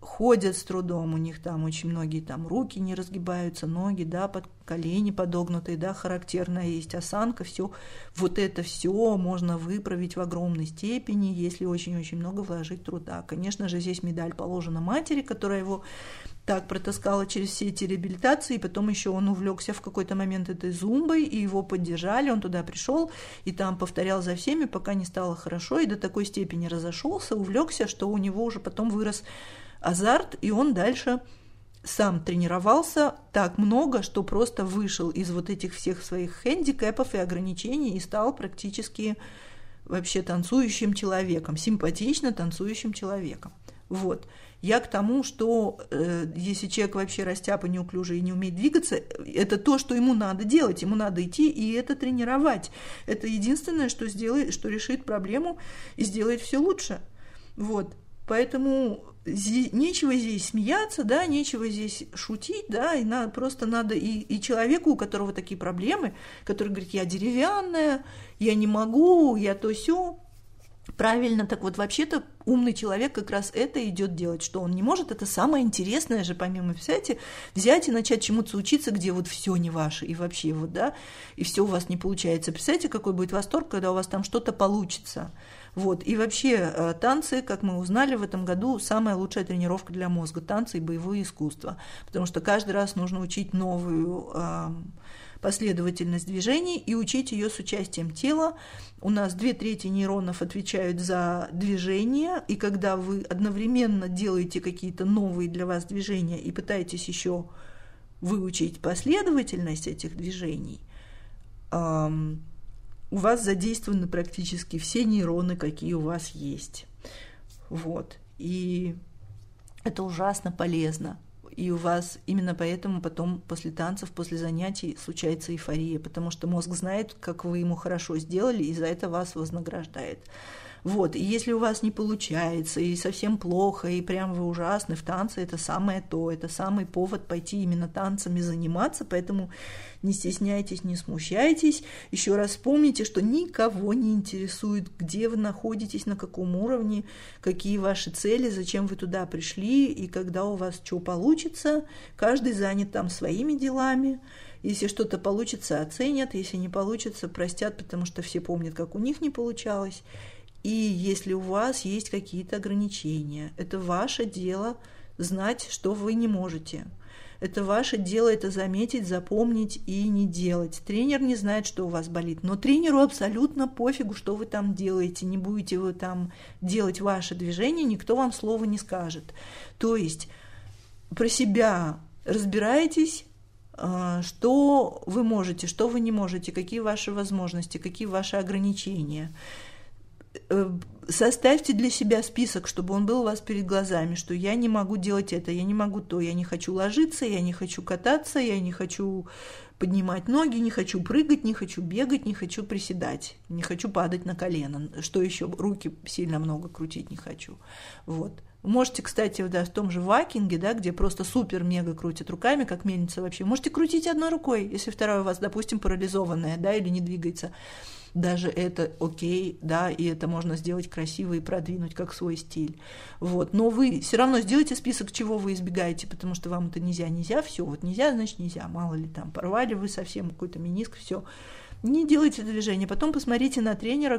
A: ходят с трудом, у них там очень многие там руки не разгибаются, ноги, да, под колени подогнутые, да, характерная есть осанка, все, вот это все можно выправить в огромной степени, если очень-очень много вложить труда. Конечно же, здесь медаль положена матери, которая его так протаскала через все эти реабилитации, и потом еще он увлекся в какой-то момент этой зумбой, и его поддержали, он туда пришел, и там повторял за всеми, пока не стало хорошо, и до такой степени разошелся, увлекся, что у него уже потом вырос азарт, и он дальше сам тренировался так много, что просто вышел из вот этих всех своих хэндикэпов и ограничений и стал практически вообще танцующим человеком, симпатично танцующим человеком. Вот. Я к тому, что если человек вообще растяпа, неуклюжий и не умеет двигаться, это то, что ему надо делать, ему надо идти и это тренировать. Это единственное, что сделает, что решит проблему и сделает все лучше. Вот. Поэтому нечего здесь смеяться, да, нечего здесь шутить, да, и просто надо и человеку, у которого такие проблемы, который говорит, я деревянная, я не могу, я то сё. Правильно, так вот вообще-то умный человек как раз это идет делать, что он не может, это самое интересное же, помимо взять и начать чему-то учиться, где вот все не ваше, и вообще вот, да, и все у вас не получается. Представляете, какой будет восторг, когда у вас там что-то получится. Вот, и вообще танцы, как мы узнали в этом году, самая лучшая тренировка для мозга, танцы и боевое искусство, потому что каждый раз нужно учить новую последовательность движений и учить ее с участием тела. У нас 2/3 нейронов отвечают за движение, и когда вы одновременно делаете какие-то новые для вас движения и пытаетесь еще выучить последовательность этих движений, у вас задействованы практически все нейроны, какие у вас есть. Вот. И это ужасно полезно. И у вас именно поэтому потом после танцев, после занятий случается эйфория, потому что мозг знает, как вы ему хорошо сделали, и за это вас вознаграждает. Вот, и если у вас не получается, и совсем плохо, и прям вы ужасны в танце, это самое то, это самый повод пойти именно танцами заниматься, поэтому не стесняйтесь, не смущайтесь. Еще раз вспомните, что никого не интересует, где вы находитесь, на каком уровне, какие ваши цели, зачем вы туда пришли, и когда у вас что получится, каждый занят там своими делами. Если что-то получится, оценят, если не получится, простят, потому что все помнят, как у них не получалось. И если у вас есть какие-то ограничения, это ваше дело знать, что вы не можете. Это ваше дело это заметить, запомнить и не делать. Тренер не знает, что у вас болит, но тренеру абсолютно пофигу, что вы там делаете. Не будете вы там делать ваше движение, никто вам слова не скажет. То есть про себя разбирайтесь, что вы можете, что вы не можете, какие ваши возможности, какие ваши ограничения. Составьте для себя список, чтобы он был у вас перед глазами, что я не могу делать это, я не могу то, я не хочу ложиться, я не хочу кататься, я не хочу поднимать ноги, не хочу прыгать, не хочу бегать, не хочу приседать, не хочу падать на колено. Что еще? Руки сильно много крутить не хочу. Вот. Можете, кстати, да, в том же вакинге, да, где просто супер-мега крутят руками, как мельница вообще, можете крутить одной рукой, если вторая у вас, допустим, парализованная, да, или не двигается. Даже это окей, да, и это можно сделать красиво и продвинуть как свой стиль. Вот. Но вы все равно сделайте список, чего вы избегаете, потому что вам это нельзя, все, вот нельзя, значит нельзя, мало ли там, порвали вы совсем какой-то мениск, все. Не делайте движения, потом посмотрите на тренера,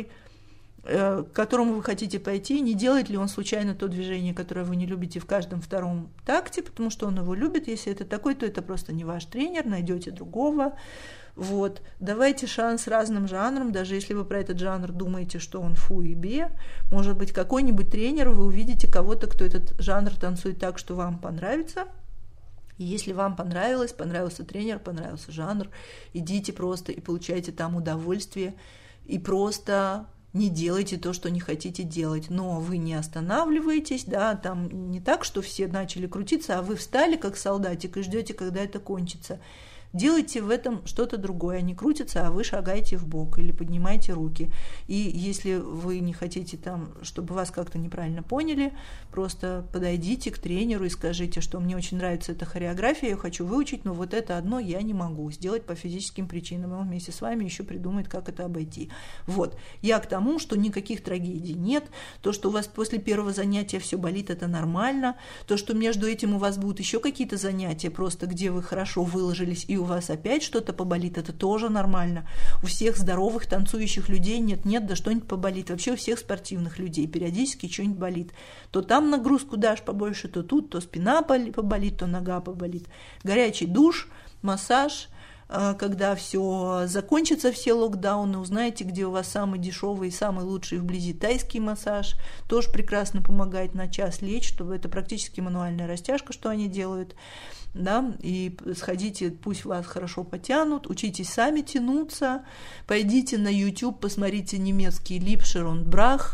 A: к которому вы хотите пойти, не делает ли он случайно то движение, которое вы не любите в каждом втором такте, потому что он его любит. Если это такой, то это просто не ваш тренер, найдете другого. Вот. Давайте шанс разным жанрам, даже если вы про этот жанр думаете, что он фу и бе. Может быть, какой-нибудь тренер, вы увидите кого-то, кто этот жанр танцует так, что вам понравится. И если вам понравился тренер, понравился жанр, идите просто и получайте там удовольствие, и просто не делайте то, что не хотите делать, но вы не останавливаетесь, да, там не так, что все начали крутиться, а вы встали как солдатик и ждете, когда это кончится. делайте в этом что-то другое. Они крутятся, а вы шагаете в бок или поднимаете руки. И если вы не хотите там, чтобы вас как-то неправильно поняли, просто подойдите к тренеру и скажите, что мне очень нравится эта хореография, я хочу выучить, но вот это одно я не могу сделать по физическим причинам. И он вместе с вами еще придумает, как это обойти. Вот. Я к тому, что никаких трагедий нет. То, что у вас после первого занятия все болит, это нормально. То, что между этим у вас будут еще какие-то занятия, просто где вы хорошо выложились, и у вас опять что-то поболит, это тоже нормально. У всех здоровых танцующих людей нет, да что-нибудь поболит. Вообще у всех спортивных людей периодически что-нибудь болит. То там нагрузку дашь побольше, то тут, то спина поболит, то нога поболит. Горячий душ, массаж. Когда все закончится, все локдауны, узнаете, где у вас самый дешевый и самый лучший вблизи тайский массаж. Тоже прекрасно помогает на час лечь, чтобы это практически мануальная растяжка, что они делают. Да, и сходите, пусть вас хорошо потянут, учитесь сами тянуться, пойдите на YouTube, посмотрите немецкий Липшер und Брах,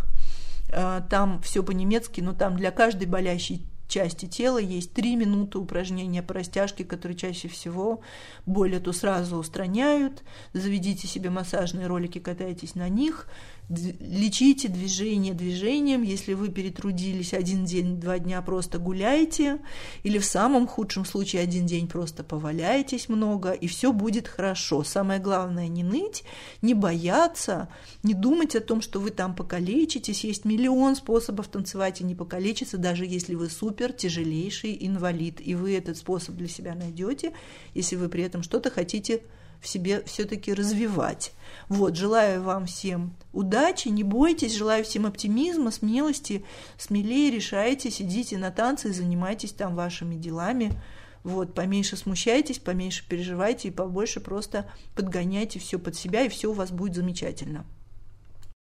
A: там все по-немецки, но там для каждой болящей части тела есть 3 минуты упражнения по растяжке, которые чаще всего боль эту сразу устраняют. Заведите себе массажные ролики, катайтесь на них, лечите движение движением. Если вы перетрудились 1 день, 2 дня, просто гуляйте, или в самом худшем случае 1 день просто поваляйтесь много, и все будет хорошо. Самое главное не ныть, не бояться, не думать о том, что вы там покалечитесь. Есть миллион способов танцевать и не покалечиться, даже если вы супер тяжелейший инвалид, и вы этот способ для себя найдете, если вы при этом что-то хотите в себе все-таки развивать. Вот, желаю вам всем удачи, не бойтесь, желаю всем оптимизма, смелости, смелее решайте, сидите на танце и занимайтесь там вашими делами. Вот, поменьше смущайтесь, поменьше переживайте и побольше просто подгоняйте все под себя, и все у вас будет замечательно.